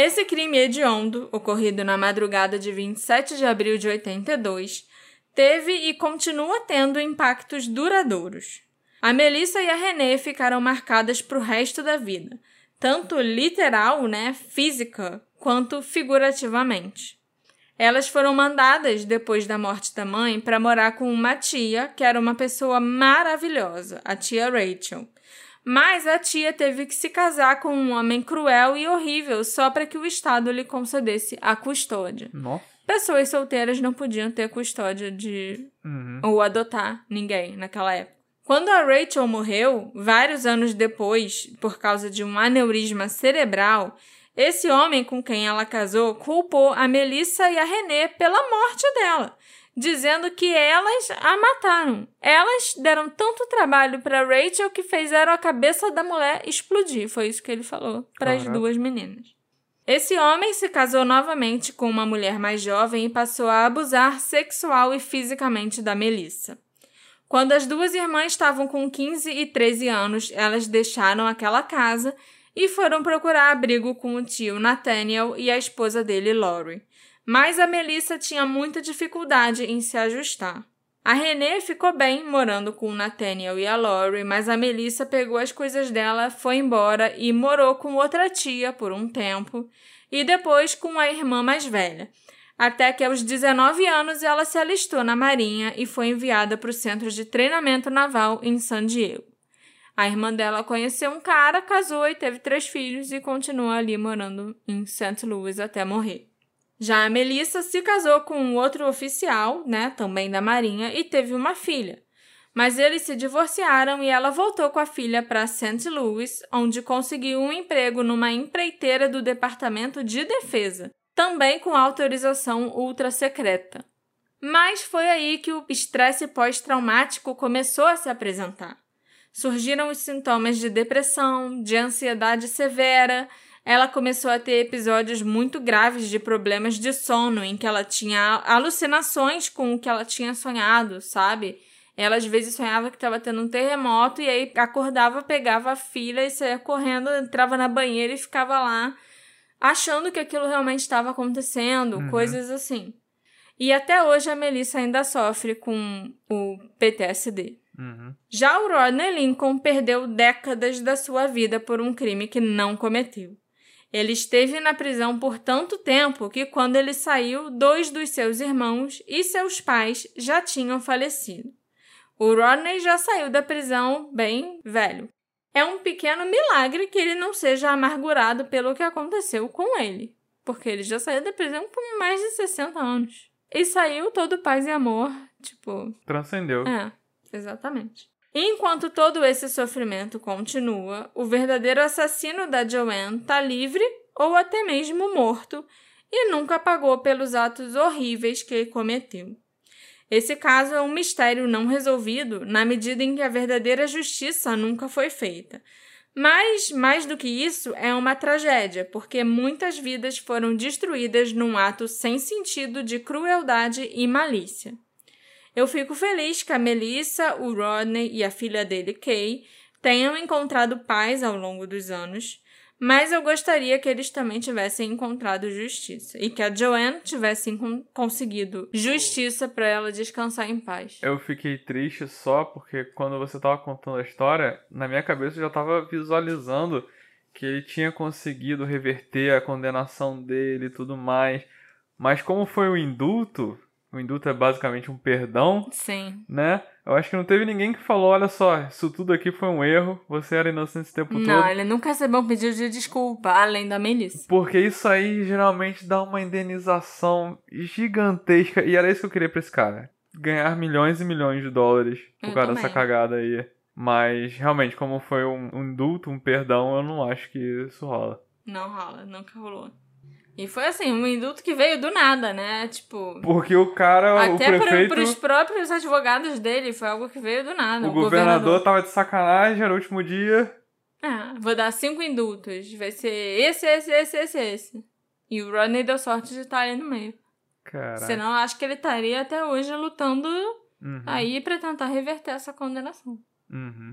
A: Esse crime hediondo, ocorrido na madrugada de vinte e sete de abril de oitenta e dois, teve e continua tendo impactos duradouros. A Melissa e a Renée ficaram marcadas para o resto da vida, tanto literal, né, física, quanto figurativamente. Elas foram mandadas, depois da morte da mãe, para morar com uma tia, que era uma pessoa maravilhosa, a tia Rachel. Mas a tia teve que se casar com um homem cruel e horrível só para que o Estado lhe concedesse a custódia.
B: Nossa.
A: Pessoas solteiras não podiam ter custódia de...
B: Uhum.
A: ou adotar ninguém naquela época. Quando a Rachel morreu, vários anos depois, por causa de um aneurisma cerebral, esse homem com quem ela casou culpou a Melissa e a Renée pela morte dela, dizendo que elas a mataram. Elas deram tanto trabalho para Rachel que fizeram a cabeça da mulher explodir. Foi isso que ele falou para as duas meninas. Esse homem se casou novamente com uma mulher mais jovem e passou a abusar sexual e fisicamente da Melissa. Quando as duas irmãs estavam com quinze e treze anos, elas deixaram aquela casa e foram procurar abrigo com o tio Nathaniel e a esposa dele, Lori. Mas a Melissa tinha muita dificuldade em se ajustar. A Renée ficou bem morando com o Nathaniel e a Lori, mas a Melissa pegou as coisas dela, foi embora e morou com outra tia por um tempo, e depois com a irmã mais velha. Até que aos dezenove anos ela se alistou na Marinha e foi enviada para o Centro de Treinamento Naval em San Diego. A irmã dela conheceu um cara, casou e teve três filhos e continua ali morando em Saint Louis até morrer. Já a Melissa se casou com um outro oficial, né, também da Marinha, e teve uma filha. Mas eles se divorciaram e ela voltou com a filha para Saint Louis, onde conseguiu um emprego numa empreiteira do Departamento de Defesa, também com autorização ultra secreta. Mas foi aí que o estresse pós-traumático começou a se apresentar. Surgiram os sintomas de depressão, de ansiedade severa. Ela começou a ter episódios muito graves de problemas de sono, em que ela tinha alucinações com o que ela tinha sonhado, sabe? Ela às vezes sonhava que estava tendo um terremoto e aí acordava, pegava a filha e saía correndo, entrava na banheira e ficava lá achando que aquilo realmente estava acontecendo, uhum. Coisas assim. E até hoje a Melissa ainda sofre com o P T S D.
B: Uhum.
A: Já o Rodney Lincoln perdeu décadas da sua vida por um crime que não cometeu. Ele esteve na prisão por tanto tempo que, quando ele saiu, dois dos seus irmãos e seus pais já tinham falecido. O Rodney já saiu da prisão bem velho. É um pequeno milagre que ele não seja amargurado pelo que aconteceu com ele, porque ele já saiu da prisão com mais de sessenta anos. E saiu todo paz e amor, tipo...
B: Transcendeu.
A: É, exatamente. E enquanto todo esse sofrimento continua, o verdadeiro assassino da Joanne tá livre ou até mesmo morto e nunca pagou pelos atos horríveis que ele cometeu. Esse caso é um mistério não resolvido na medida em que a verdadeira justiça nunca foi feita. Mas, mais do que isso, é uma tragédia, porque muitas vidas foram destruídas num ato sem sentido de crueldade e malícia. Eu fico feliz que a Melissa, o Rodney e a filha dele, Kay, tenham encontrado paz ao longo dos anos, mas eu gostaria que eles também tivessem encontrado justiça e que a Joanne tivesse conseguido justiça para ela descansar em paz.
B: Eu fiquei triste só porque quando você estava contando a história, na minha cabeça eu já estava visualizando que ele tinha conseguido reverter a condenação dele e tudo mais, mas como foi o indulto... O indulto é basicamente um perdão.
A: Sim.
B: Né? Eu acho que não teve ninguém que falou, olha só, isso tudo aqui foi um erro, você era inocente esse tempo
A: não,
B: todo.
A: Não, ele nunca recebeu um pedido de desculpa, além da Melissa.
B: Porque isso aí geralmente dá uma indenização gigantesca. E era isso que eu queria pra esse cara. Ganhar milhões e milhões de dólares por
A: eu
B: causa
A: também.
B: dessa cagada aí. Mas, realmente, como foi um, um indulto, um perdão, eu não acho que isso rola.
A: Não rola, nunca rolou. E foi assim, um indulto que veio do nada, né? Tipo...
B: Porque o cara,
A: até
B: o prefeito...
A: Até pros próprios advogados dele, foi algo que veio do nada.
B: O,
A: o
B: governador,
A: governador
B: tava de sacanagem, era o último dia.
A: É, vou dar cinco indultos. Vai ser esse, esse, esse, esse, esse. E o Rodney deu sorte de estar ali no meio.
B: Caraca.
A: Senão, eu acho que ele estaria até hoje lutando
B: uhum.
A: aí pra tentar reverter essa condenação.
B: Uhum.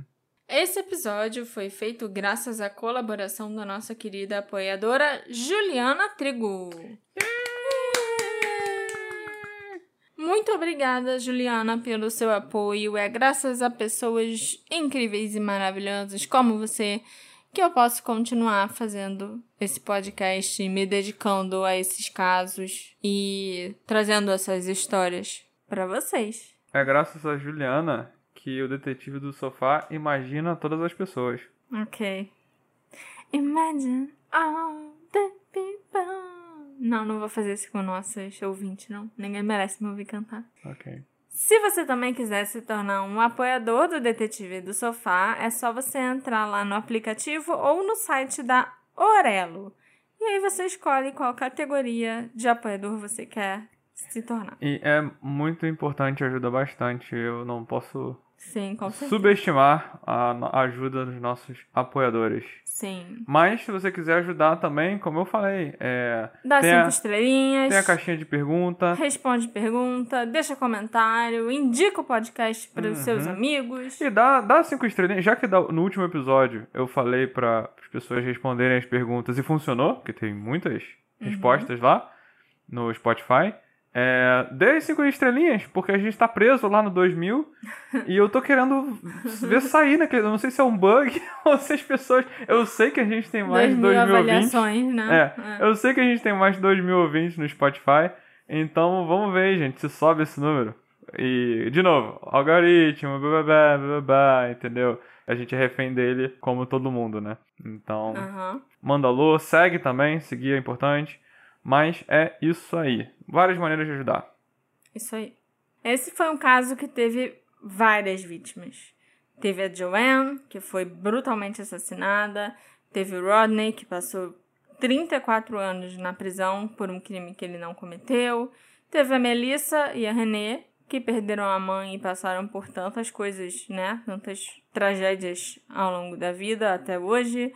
A: Esse episódio foi feito graças à colaboração da nossa querida apoiadora Juliana Trigo. Muito obrigada, Juliana, pelo seu apoio. É graças a pessoas incríveis e maravilhosas como você que eu posso continuar fazendo esse podcast, me dedicando a esses casos e trazendo essas histórias para vocês.
B: É graças a Juliana que o Detetive do Sofá imagina todas as pessoas.
A: Ok. Imagine all the people. Não, não vou fazer isso com nossos ouvintes, não. Ninguém merece me ouvir cantar.
B: Ok.
A: Se você também quiser se tornar um apoiador do Detetive do Sofá, é só você entrar lá no aplicativo ou no site da Orelo. E aí você escolhe qual categoria de apoiador você quer se tornar.
B: E é muito importante, ajuda bastante. Eu não posso
A: Sim, com certeza.
B: subestimar a ajuda dos nossos apoiadores.
A: Sim.
B: Mas se você quiser ajudar também, como eu falei, é,
A: Dá
B: tem,
A: cinco
B: a,
A: estrelinhas.
B: tem a caixinha de pergunta.
A: Responde pergunta, deixa comentário, indica o podcast para os
B: Uhum.
A: seus amigos.
B: E dá, dá cinco estrelinhas. Já que dá- no último episódio eu falei para as pessoas responderem as perguntas e funcionou, porque tem muitas
A: Uhum.
B: respostas lá no Spotify. É, dê cinco estrelinhas, porque a gente tá preso lá no dois mil e eu tô querendo ver sair naquele. Eu não sei se é um bug ou se as pessoas. Eu sei que a gente tem mais de dois mil ouvintes.
A: avaliações, né?
B: É, eu sei que a gente tem mais de dois mil ouvintes no Spotify. Então vamos ver, gente, se sobe esse número. E, de novo, algoritmo, blá, blá, blá, blá, entendeu? A gente é refém dele como todo mundo, né? Então,
A: Aham.
B: manda alô, segue também, seguir é importante. Mas é isso aí. Várias maneiras de ajudar.
A: Isso aí. Esse foi um caso que teve várias vítimas. Teve a Joanne, que foi brutalmente assassinada. Teve o Rodney, que passou trinta e quatro anos na prisão por um crime que ele não cometeu. Teve a Melissa e a Renee, que perderam a mãe e passaram por tantas coisas, né? Tantas tragédias ao longo da vida até hoje.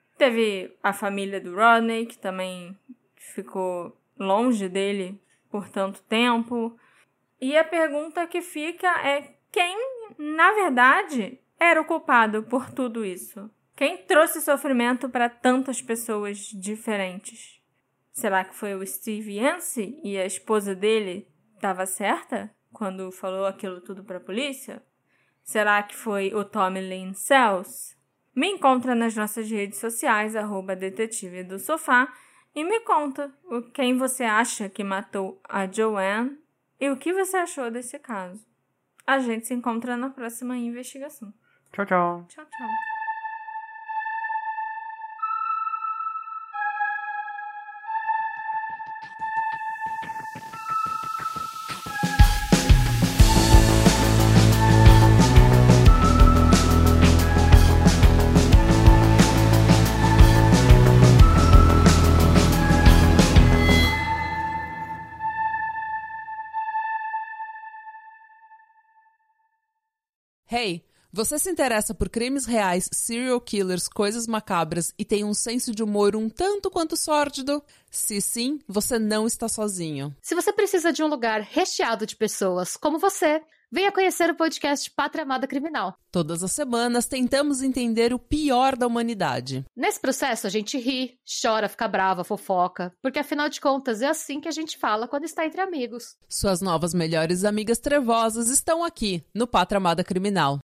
A: Teve a família do Rodney, que também ficou longe dele por tanto tempo. E a pergunta que fica é quem, na verdade, era o culpado por tudo isso? Quem trouxe sofrimento para tantas pessoas diferentes? Será que foi o Steve Yancey e a esposa dele estava certa quando falou aquilo tudo para a polícia? Será que foi o Tommy Lynn Sells? Me encontra nas nossas redes sociais, arroba Detetive do Sofá, e me conta o quem você acha que matou a Joanne e o que você achou desse caso. A gente se encontra na próxima investigação.
B: Tchau, tchau.
A: Tchau, tchau.
C: Hey, você se interessa por crimes reais, serial killers, coisas macabras e tem um senso de humor um tanto quanto sórdido? Se sim, você não está sozinho.
D: Se você precisa de um lugar recheado de pessoas como você, venha conhecer o podcast Pátria Amada Criminal.
C: Todas as semanas tentamos entender o pior da humanidade.
D: Nesse processo a gente ri, chora, fica brava, fofoca, porque afinal de contas é assim que a gente fala quando está entre amigos.
C: Suas novas melhores amigas trevosas estão aqui, no Pátria Amada Criminal.